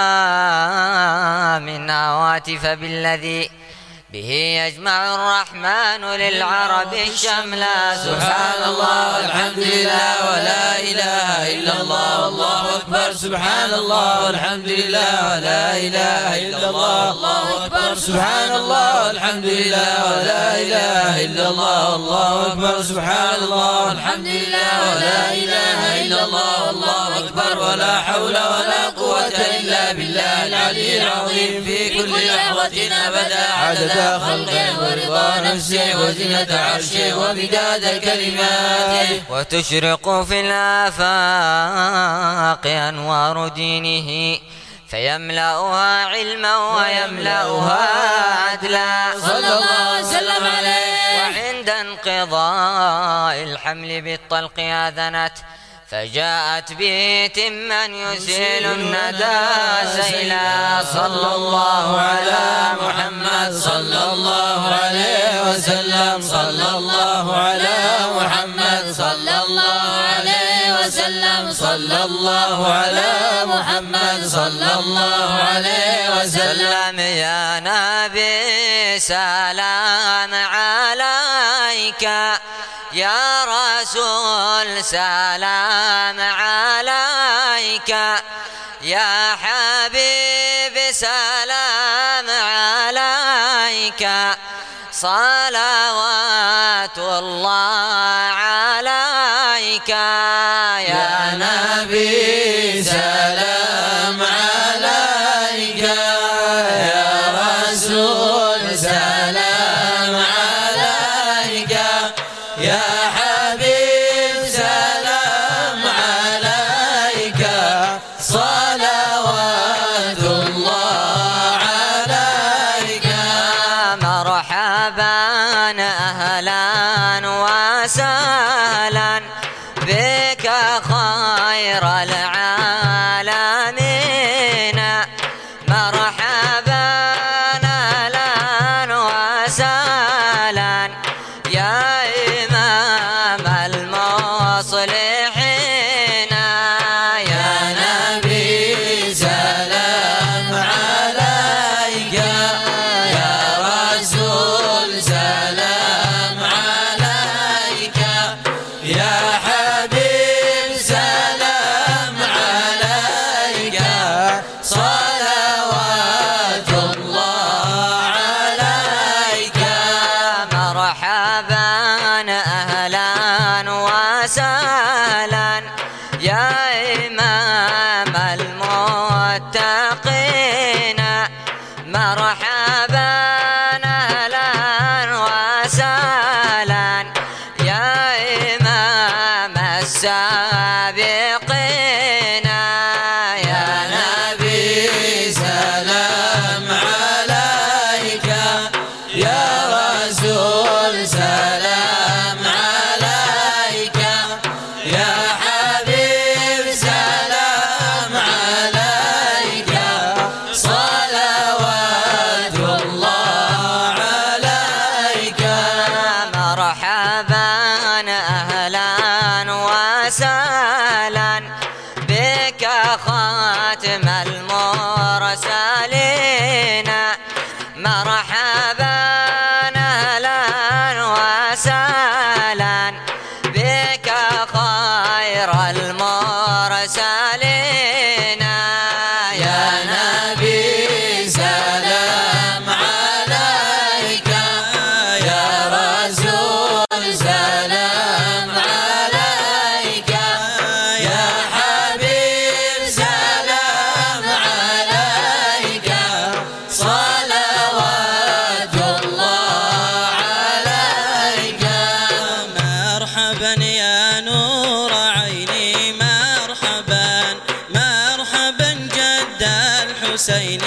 من هواتف بالذي به يجمع الرحمن للعرب الشملا سبحان الله والحمد لله ولا إله إلا الله والله أكبر. سبحان الله والحمد لله ولا إله إلا الله والله أكبر. سبحان الله والحمد لله ولا إله إلا الله والله أكبر. سبحان الله والحمد لله ولا إله إلا الله والله أكبر. ولا حول ولا قوة إلا بالله العلي العظيم في كل لحظة أبدا عدد خلقه ورضا نفسه وزنة عرشه ومداد كلماته. وتشرق في الآفاق أنوار دينه فيملأها علما ويملأها عدلا صلى الله وسلم عليه. وعند انقضاء الحمل بالطلق آذنت فجاءت به تما يسيل الندى سيلا صلى الله على محمد صلى الله عليه وسلم. صلى الله على محمد صلى الله عليه وسلم. صلى الله على محمد صلى الله عليه وسلم. يا نبي سلام عليك، يا رسول سلام عليك، يا حبيب سلام عليك، صلوات الله عليك. يا نبي سلام عليك، يا رسول سلام عليك، يا حبيب سلام عليك، صلوات الله عليك. مرحبا أهلا وسهلا بك خير العالمين. مرحبا أهلا وسهلا يا إمام المصلحين. يا نبي سلام عليك، يا رسول سلام عليك، يا حبيب سلام عليك، صلوات الله عليك. مرحبا أهلا وسهلا يا إمام المتقين. مرحبا أهلا وسهلا يا إمام السابقين. يا نبي سلام عليك، مرحبا أهلا وسهلا بك خاتم المرسلين مرحبا أهلا وسهلا بك خير المرسلين يا نبي سلام عليك يا رسول سلام عليك يا حبيب سلام عليك صلوات الله عليك مرحبا يا نور عيني مرحبا مرحبا جد الحسين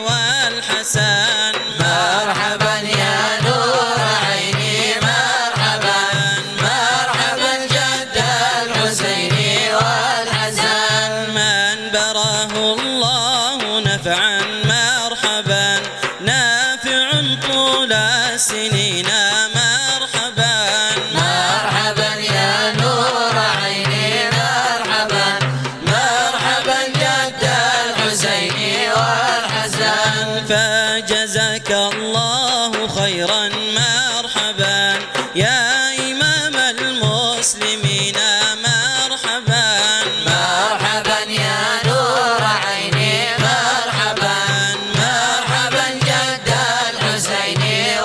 والحسن مرحبا يا نور عيني مرحبا مرحبا جد الحسين والحسن من براه الله نفعا مرحبا نافع طول السنين مرحبا مرحبا يا نور عيني مرحبا مرحبا جد الحسين والحسن فجزاك الله خيرا مرحبا يا إمام المسلمين مرحبا مرحبا يا نور عيني مرحبا مرحبا جد الحسين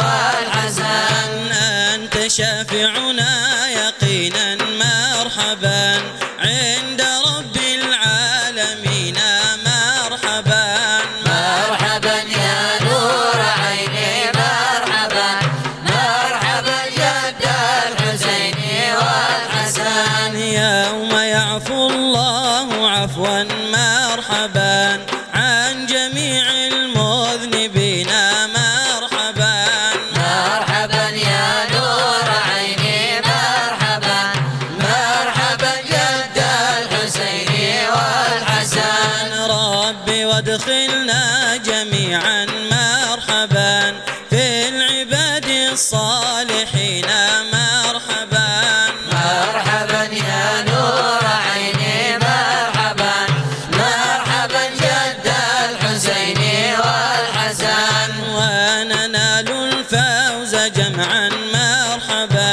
والحسن أنت شافعنا يقينا مرحبا عند رب العالمين مرحبا مرحبا يا نور عيني مرحبا مرحبا جد الحسين والحسن يوم يعفو الله عفوا مرحبا عن جميع المذنبين مرحبا مرحبا يا نور عيني مرحبا مرحبا جد الحسين والحسن ربي وادخلنا جميعا مرحبا في العباد الصالحين مرحبا مرحبا يا نور عيني مرحبا مرحبا جد الحسين والحسن وننال الفوز جمعا مرحبا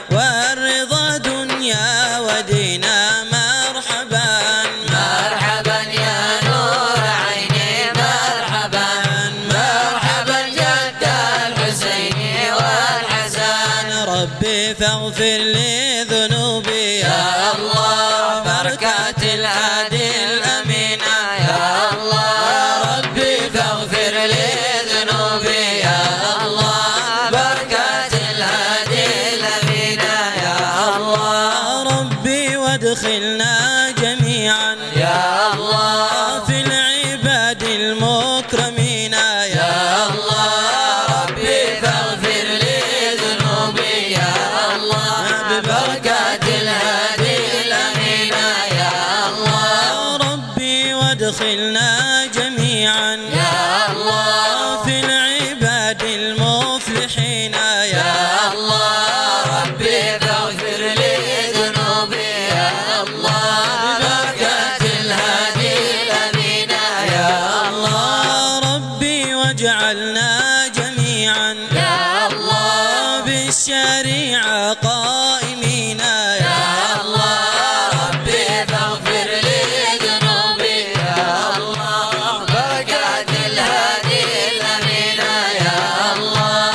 والرضا دنيا ودينا مرحبا مرحبا يا نور عيني مرحبا مرحبا جد الحسين والحسن ربي فاغفر لي ذنوبي يا الله بركات الهادي الأمين يا الله ربي فاغفر لي ذنوبي يا الله بركات الهادي الأمين يا الله ربي وادخلنا جميعا يا الله في العباد المكرمين يا الله ربي فاغفر لي ذنوبي يا الله ببركات الهادي الأمين يا الله ربي وادخلنا جميعا يا الله في العباد المفلحين يا الله ربي فاغفر لي ذنوبي يا الله ببركات الهادي الأمين يا الله ربي واجعلنا جميعا يا الله بالشريعة قائمين يا الله ربي فاغفر لي ذنوبي يا الله بركات الهادي الأمين يا الله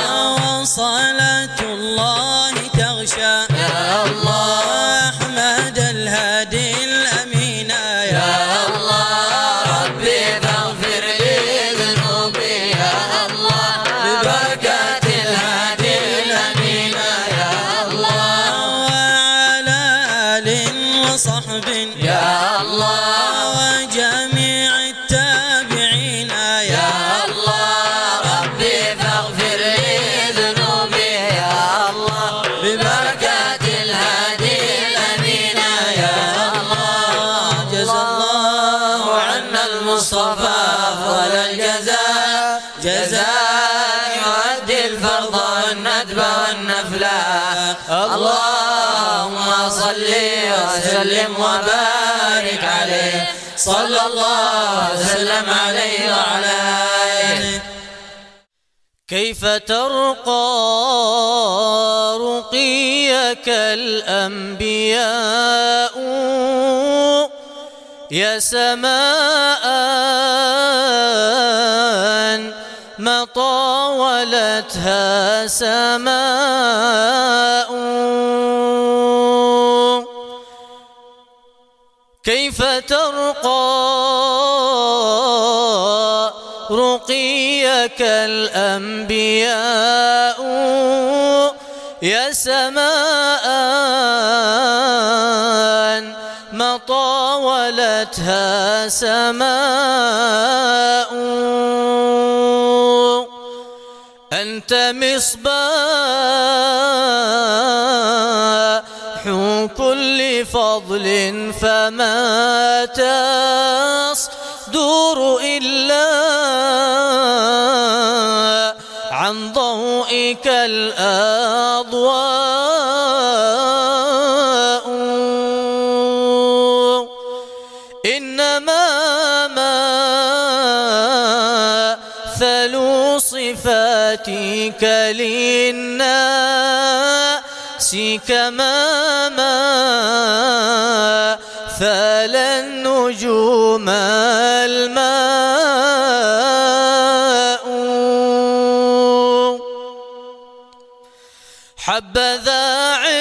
وصلاة الله تغشى يا الله أحمد الهادي الأمين يا الله ربي فاغفر لي ذنوبي يا الله ببركات الهادي الأمين يا الله وعلى آل وصحب يا الله وجميع التابعين يا الله ربي فاغفر لي ذنوبي يا الله ببركات الهادي الأمين يا الله جزا الله عنا المصطفى أفضل الجزاء جزاء يؤدي الفرض والندب والنفل اللهم صل وسلم وبارك عليه صلى الله وسلم عليه وعلى آله. كيف ترقى رقيك الأنبياء يا سماء ما طاولتها سماء. كيف ترقى رقيك الأنبياء يا سماء ما طاولتها سماء. أنت مصباح كل فضل فما تصدر إلا عن ضوئك الأضواء. إنما مثل صفاتك للناس كما مثل النجوم الماء. حبذا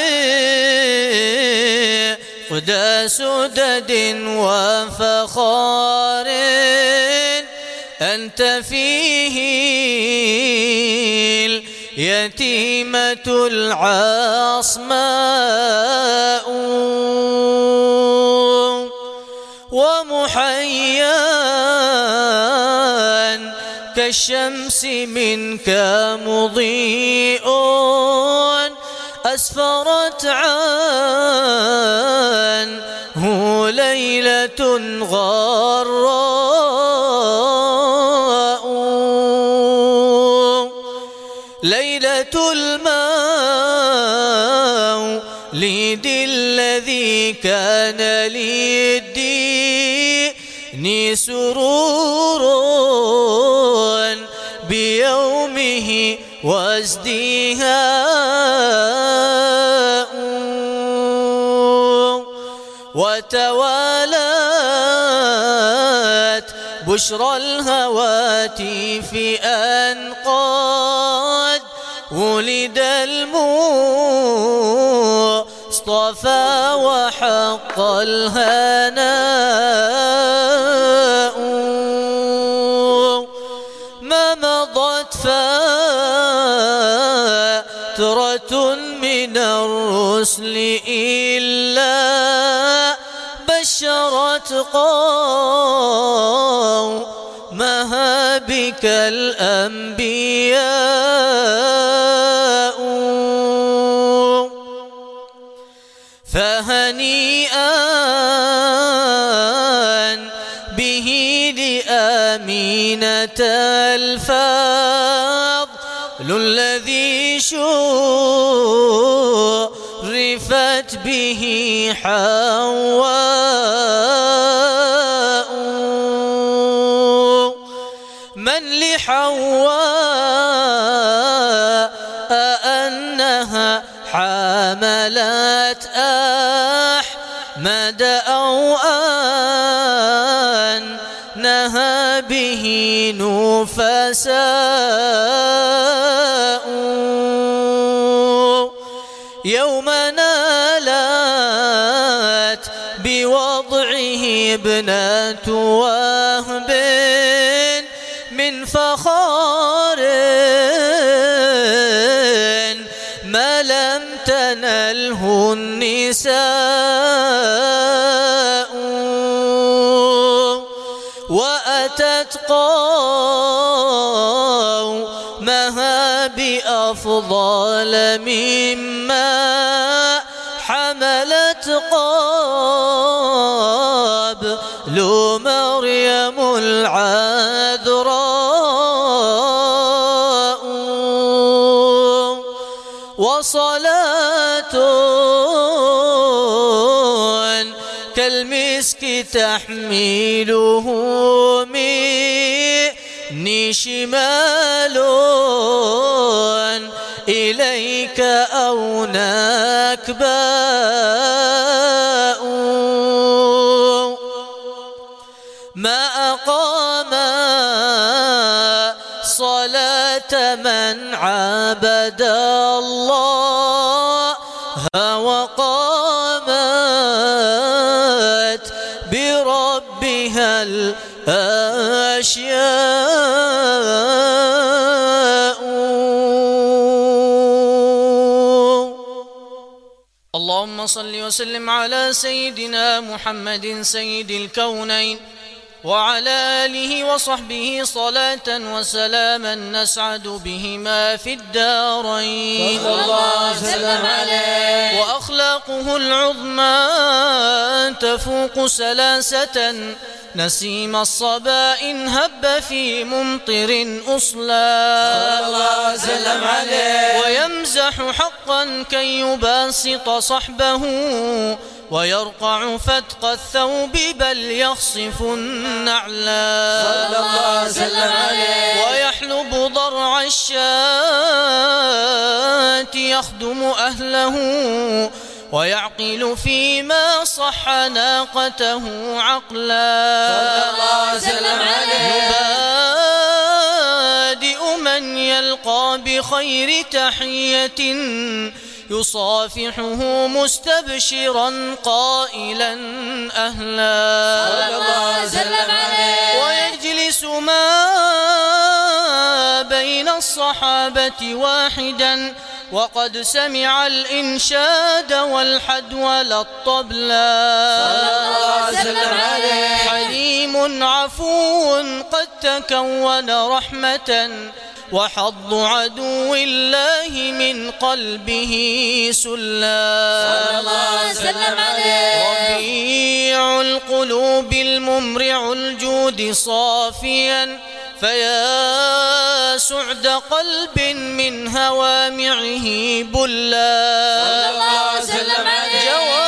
عقد سدد وفخار أنت فيه اليتيمة العصماء. ومحيا كالشمس منك مضيء أسفرت عنه ليلة غراء. ليلة المولد الذي كان للدين سرور بيومه وازدهاء. وتوالت بشرى الهواتف أن قد ولد المصطفى وحق الهناء. ما مضت فترة من الرسل إلا بشرت قومها بك الأنبياء. فهنيئا به لآمينة الفضل الذي شرفت به حواء. من لحواء أنها حملت أحمد أو أنها به نفساء. يوم نالت بوضعه ابنة وهب من فخار ما لم تنله النساء. وأتت قومها بأفضل مما حملت قبل مريم العذراء. وصلاة المسك تحميله مني شمال إليك أو نكباء ما أقام صلاة من عبد الله وقامت بربها الأشياء. اللهم صل وسلم على سيدنا محمد سيد الكونين وعلى آله وصحبه صلاة وسلاما نسعد بهما في الدارين. صلى الله وسلم عليه. وأخلاقه العظمى تفوق سلاسة نسيم الصبا إن هب في ممطر أصلا. صلى الله وسلم عليه. ويمزح حقا كي يباسط صحبه ويرقع فتق الثوب بل يخصف النعلا. صلى الله وسلم عليه. ويحلب ضرع الشاة يخدم أهله ويعقل فيما صح ناقته عقلا. صلى الله وسلم عليه. يبادئ من يلقى بخير تحية يصافحه مستبشرا قائلا أهلا. صلى الله وسلم عليه. ويجلس ما بين الصحابة واحدا وقد سمع الإنشاد والحدول الطبلا. صلى الله وسلم عليه. حليم عفو قد تكون رحمة وحظ عدو الله من قلبه سلا. صلى الله وسلم عليه. ربيع القلوب الممرع الجود صافيا فيا سعد قلب من هوامعه بلا. صلى الله وسلم عليه.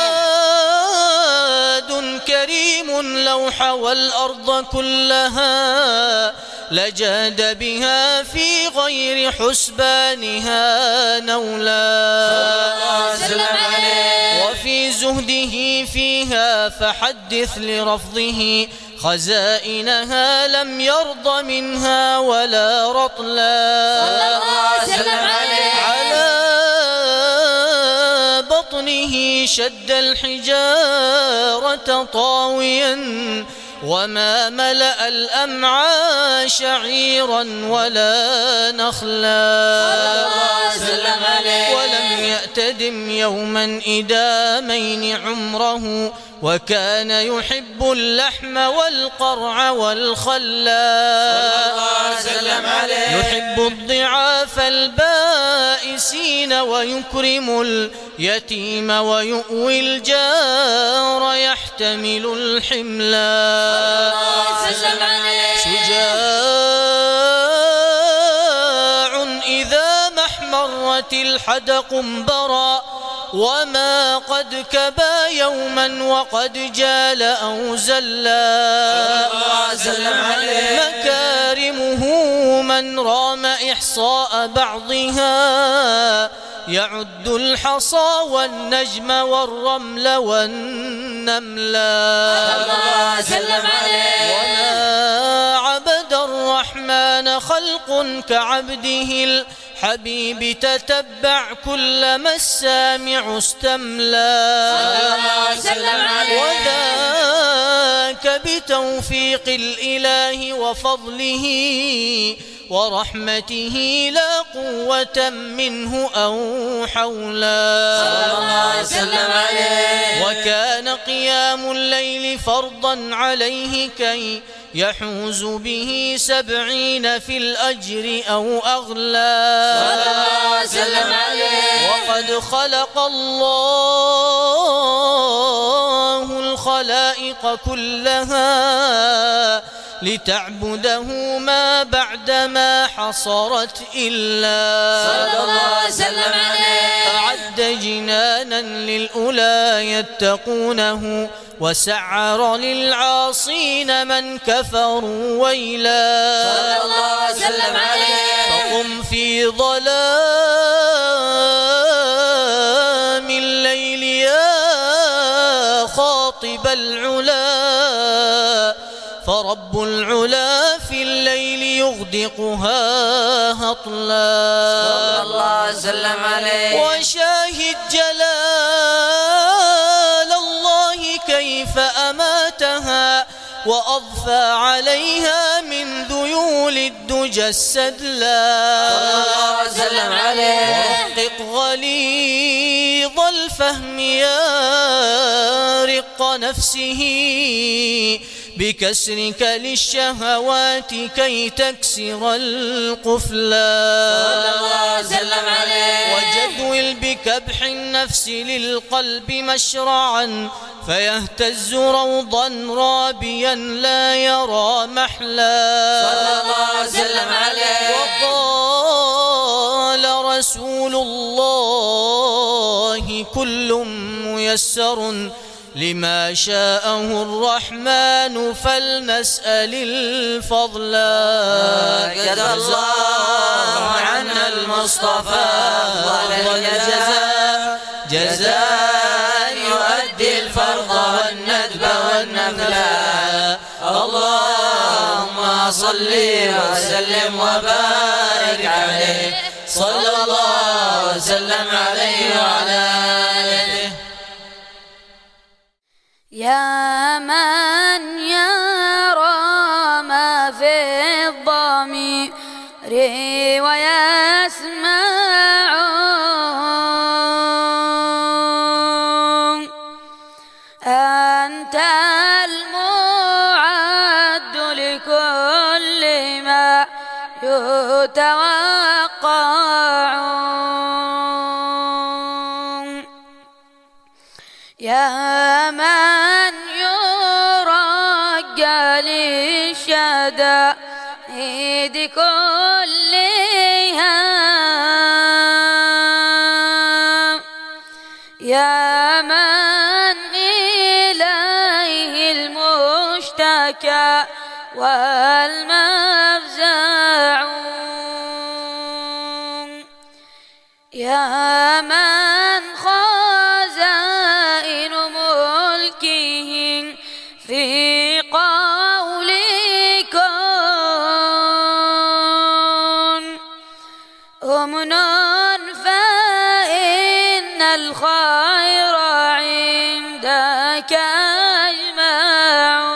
جواد كريم لو حوى الأرض كلها لجاد بها في غير حسبانها نولا. صلى الله وسلم عليه. وفي زهده فيها فحدث لرفضه خزائنها لم يرض منها ولا رطلا. صلى الله وسلم عليه. على بطنه شد الحجارة طاويا وما ملأ الأمعاء شعيرا ولا نخلا. صلى الله وسلم عليه. ولم يأتدم يوما إدامين عمره وكان يحب اللحم والقرع والخلا. صلى الله وسلم عليه. يحب الضعاف البائسين ويكرم اليتيم ويؤوي الجار يحتمل الحملا. صلى الله وسلم عليه. شجاع إذا ما احمرت الحدق انبرى وما قد كبا يوما وقد جال أو زلا. صلى الله وسلم عليه. مكارمه من رام إحصاء بعضها يعد الحصى والنجم والرمل والنملا. صلى الله وسلم عليه. وما عبد الرحمن خلق كعبده الحبيب تتبع كل ما السامع استملا. صلى الله وسلم عليه. وذاك بتوفيق الإله وفضله ورحمته لا قوة منه أو حولا. صلى الله وسلم عليه. وكان قيام الليل فرضا عليه كي يحوز به سبعين في الأجر أو أغلى. صلى الله وسلم عليه. وقد خلق الله الخلائق كلها لتعبده ما بعدما حصرت إلا صلى الله عليه وسلم عليه. أعد جنانا للأولى يتقونه وسعر للعاصين من كفروا ويلا صلى الله عليه وسلم عليه. فقم في ظلام الليل يا خاطب العلا فرب العلا في الليل يغدقها هطلا صلى الله عليه وسلم عليه. وشاهد جلال الله كيف أماتها وأضفى عليها من ذيول الدجى السدلا صلى الله عليه وسلم عليه. ورقق غليظ الفهم يا رق نفسه بكسرك للشهوات كي تكسر القفلا صلى الله عليه وسلم عليه. وجدول بكبح النفس للقلب مشرعا فيهتز روضا رابيا لا يرى محلا صلى الله عليه وسلم عليه. وقال رسول الله كل ميسر لما شاءه الرحمن فلنسأل الفضل جزا الله عنا المصطفى أفضل الجزاء جزاء يؤدي الفرض والندب والنفل اللهم صل وسلم وبارك عليه صلى الله وسلم عليه وعلى آله. يا من يرى ما في الضمير ويسمع أنت المعد لكل ما يتوقع يا من يرجى للشدائد كلها يا من إليه المشتكى والمفزع يا من خزائن ملكه في قولكم أمن فإن الخير عندك أجمع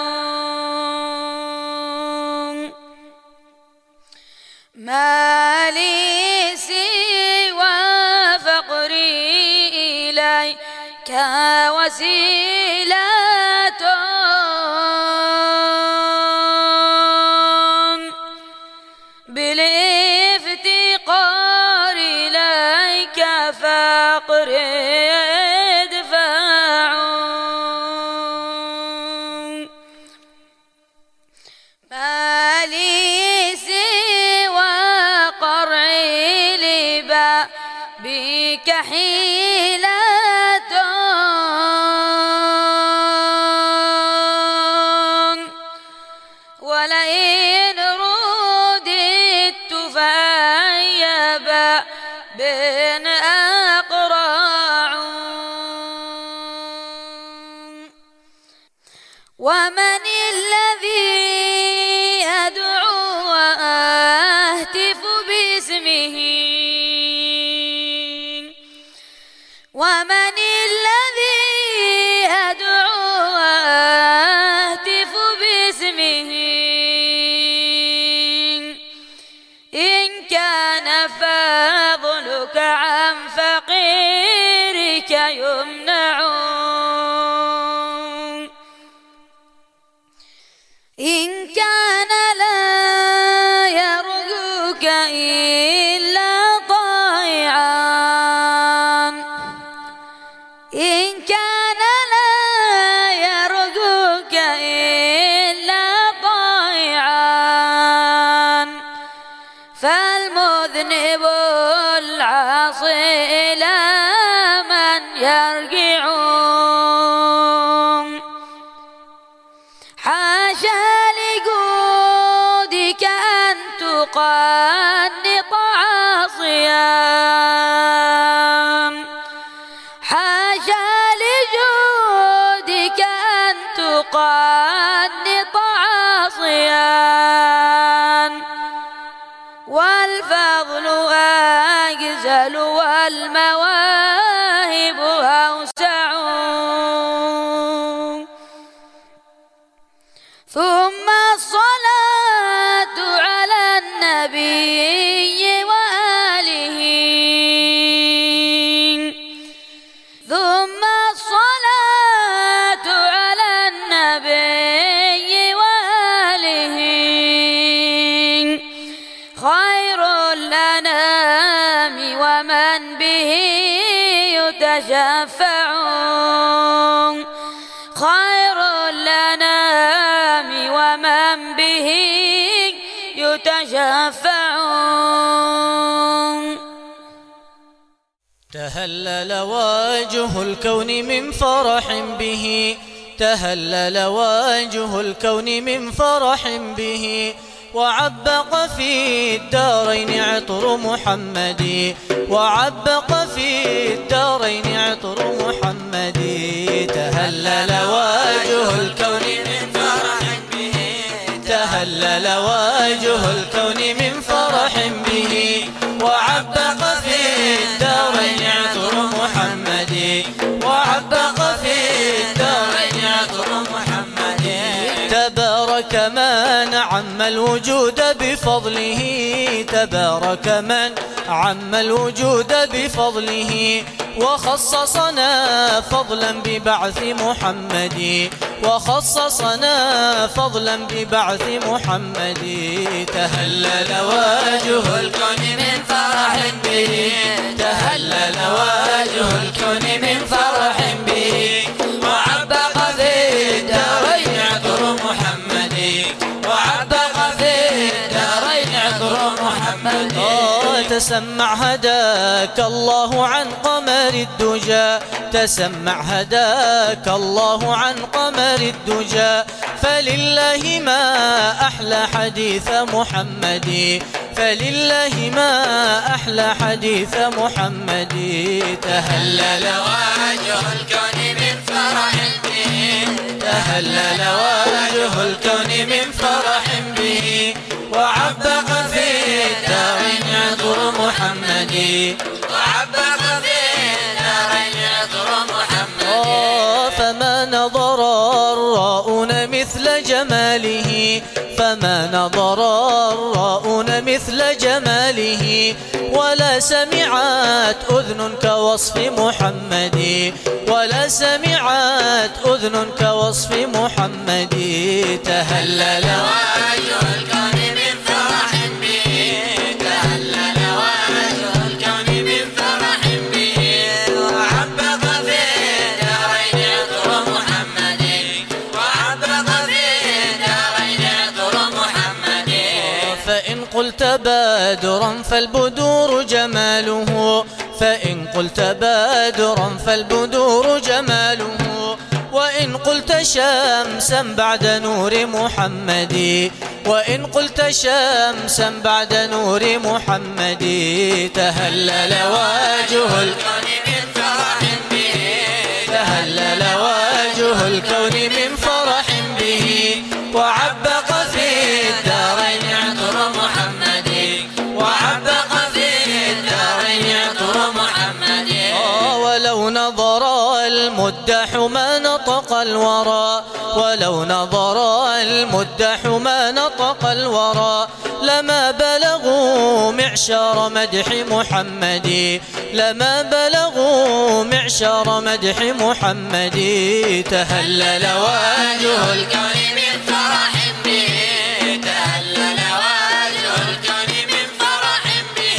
ما لي سوى فقري إليك وسيلة بالافتقار إليك فقري ادفع ما لي سوى قرعي لبابك حيلة ولئن رددت فأي باب أقرع ومن الذي أدعو وأهتف باسمه ومن الذي أدعو وأهتف باسمه إن كان فضلك عن فقيرك يمنع إن كان لا يرجوك إلا طائعا إن كان لا يرجوك إلا طائعا يرجعون حاشا لجودك أن تقنط عاصيا حاشا لجودك أن تقنط عاصيا والفضل أجزل والمواهب أوسع ثم الصلاة على النبي وآله ثم الصلاة على النبي وآله خير الأنام ومن به يتشفعون خير الأنام ومن به يتشفعون تهلل وجه الكون من فرح به تهلل وجه الكون من فرح به وعبق في الدارين عطر محمد وعبق في الدارين عطر محمد تهلل وجه الكون من فرح به تهلل وجه الكون من فرح به وعبق في الدارين عطر محمد وعبق في الدارين عطر محمد تبارك من عم الوجود بفضله تبارك من عم الوجود بفضله وخصصنا فضلا ببعث محمد وخصصنا فضلا ببعث محمد تهلل وجه الكون من فرح به تهلل وجه الكون من فرح به وعبق في الدارين عطر محمد وعبق في الدارين عطر محمد تسمع هداك الله عن قمر الدجى تسمع هداك الله عن قمر الدجى فلله ما أحلى حديث محمد فلله ما أحلى حديث محمد تهلل وجه الكون من فرح به تهلل وجه الكون من فرح به وعبق في الدارين عطر محمد وعبق في الدارين عطر محمد فما نظر الراؤون مثل جماله فما نظر الراؤون مثل جماله ولا سمعت أذن كوصف محمد ولا سمعت أذن كوصف محمد تهلل وجه الكون من فرح به تهلل وجه الكون من فرح به وعبق في الدارين عطر محمد وعبق في الدارين عطر محمد فإن قلت بادرا فالبدور جماله فإن قلت بادرا فالبدور جماله وإن قلت شمسا بعد نور محمد وإن قلت شمسا بعد نور محمد تهلل وجه الكون من فرح به تهلل وجه الكون من فرح به وعبق في الدارين عطر محمد وعبق في الدارين عطر محمد ولو نظر المدح ما نطق الورى ولو نظر المدح ما نطق الورى لما بلغوا معشار مدح محمد لما بلغوا معشار مدح محمد تهلل وجه الكون من فرح به تهلل وجه الكون من فرح به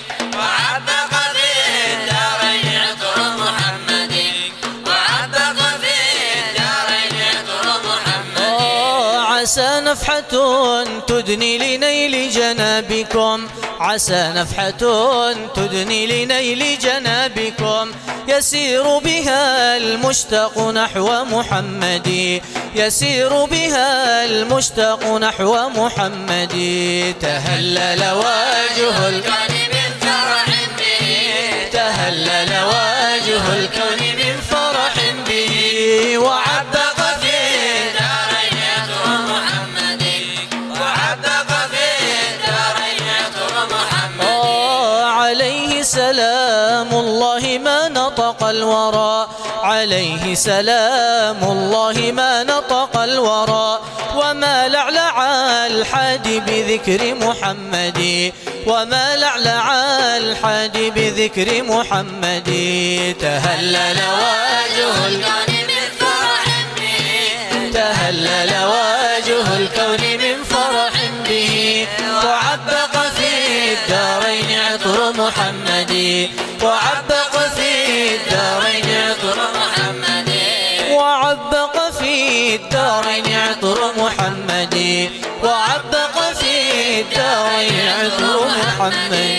وعبق في الدارين عطر محمد وعبق في الدارين عطر محمد عسى نفحة تدني لنيل جنابكم، عسى نفحة تدني لنيل جنابكم، يسير بها المشتاق نحو محمد، يسير بها المشتاق نحو محمد. تهلل وجه الكون من فرح به، تهلل وجه الكون من فرح به، وعبق في الدارين عطر محمد، وعبق في الدارين عطر محمد. عليه سلام الله ما نطق الورى، عليه سلام الله ما نطق الورى، وما لعلع الحادي بذكر محمد، وما لعلع الحادي بذكر محمد. تهلل وجه الكون من فرح به، تهلل وجه الكون من فرح به، وعبق في الدارين عطر محمد، وعبق في الدارين عطر محمد، وعبق في الدارين عطر محمد، وعبق في الدارين عطر محمد.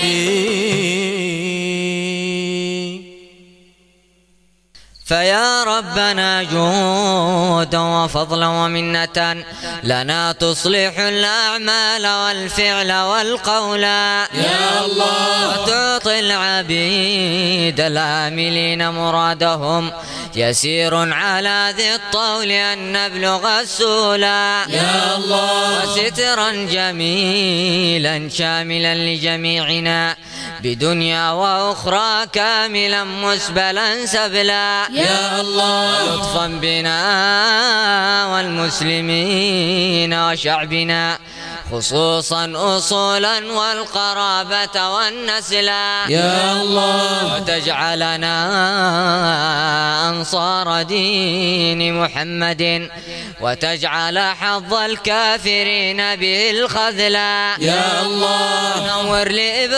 فيا ربنا جودا وفضلا ومنة لنا تصلح الأعمال والفعل والقول، يا الله، وتعطي العبيد الآملين مرادهم، يسير على ذي الطول أن نبلغ السولا، يا الله، وسترا جميلا شاملا لجميعنا بدنيا وأخرى كاملا مسبلا سبلا، يا الله، لطفا بنا والمسلمين وشعبنا خصوصا أصولا والقرابة والنسلا، يا الله، وتجعلنا أنصار دين محمد، وتجعل حظ الكافرين به الخذلا، يا الله، نور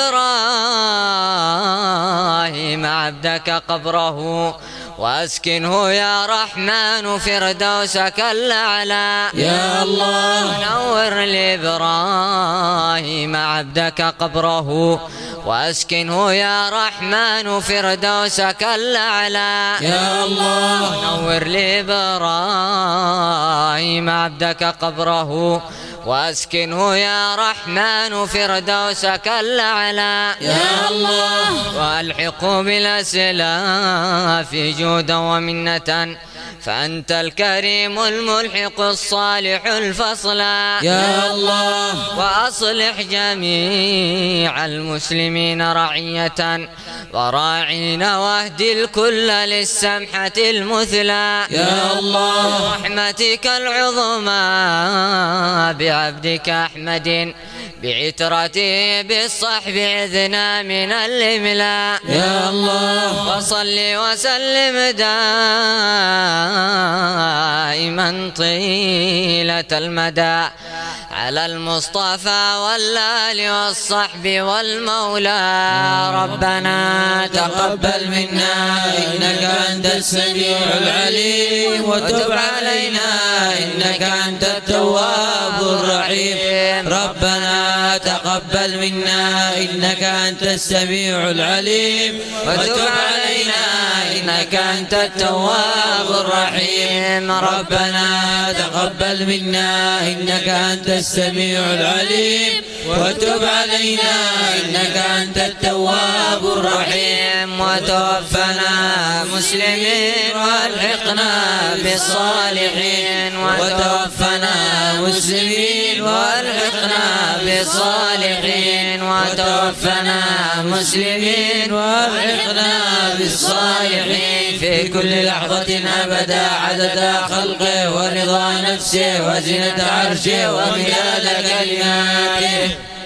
لإبراهيم عبدك قبره، وأسكنه يا رحمن فردوسك الأعلى، يا الله، نور لإبراهيم عبدك قبره، وأسكنه يا رحمن فردوسك الأعلى، يا الله، نور لإبراهيم عبدك قبره، وأسكنه يا رحمن فردوسك الأعلى، يا الله، وألحقه بالأسلاف جودا ومنة، فأنت الكريم الملحق الصالح الفصلا، يا الله، وأصلح جميع المسلمين رعية وراعين، واهدي الكل للسمحة المثلى، يا الله، رحمتك العظمى بعبدك أحمد، بعترته بالصحب عذنا من الإملاء، يا الله، وصل وسلم دائما طيلة المدى على المصطفى والآل والصحب والمولى. ربنا تقبل منا إنك أنت السميع العليم، وتب علينا إنك أنت التواب الرحيم. ربنا تقبل منا إنك أنت السميع العليم، وتب علينا إنك أنت التواب الرحيم. ربنا تقبل منا إنك أنت السميع العليم، وتب علينا إنك أنت التواب الرحيم. وتوفنا مسلمين والحقنا بالصالحين، وتوفنا مسلمين والحقنا بالصالحين، وتوفنا مسلمين والحقنا بالصالحين في كل لحظة أبدا عدد خلقه ورضا نفسه وزنة عرشه ومداد كلماته.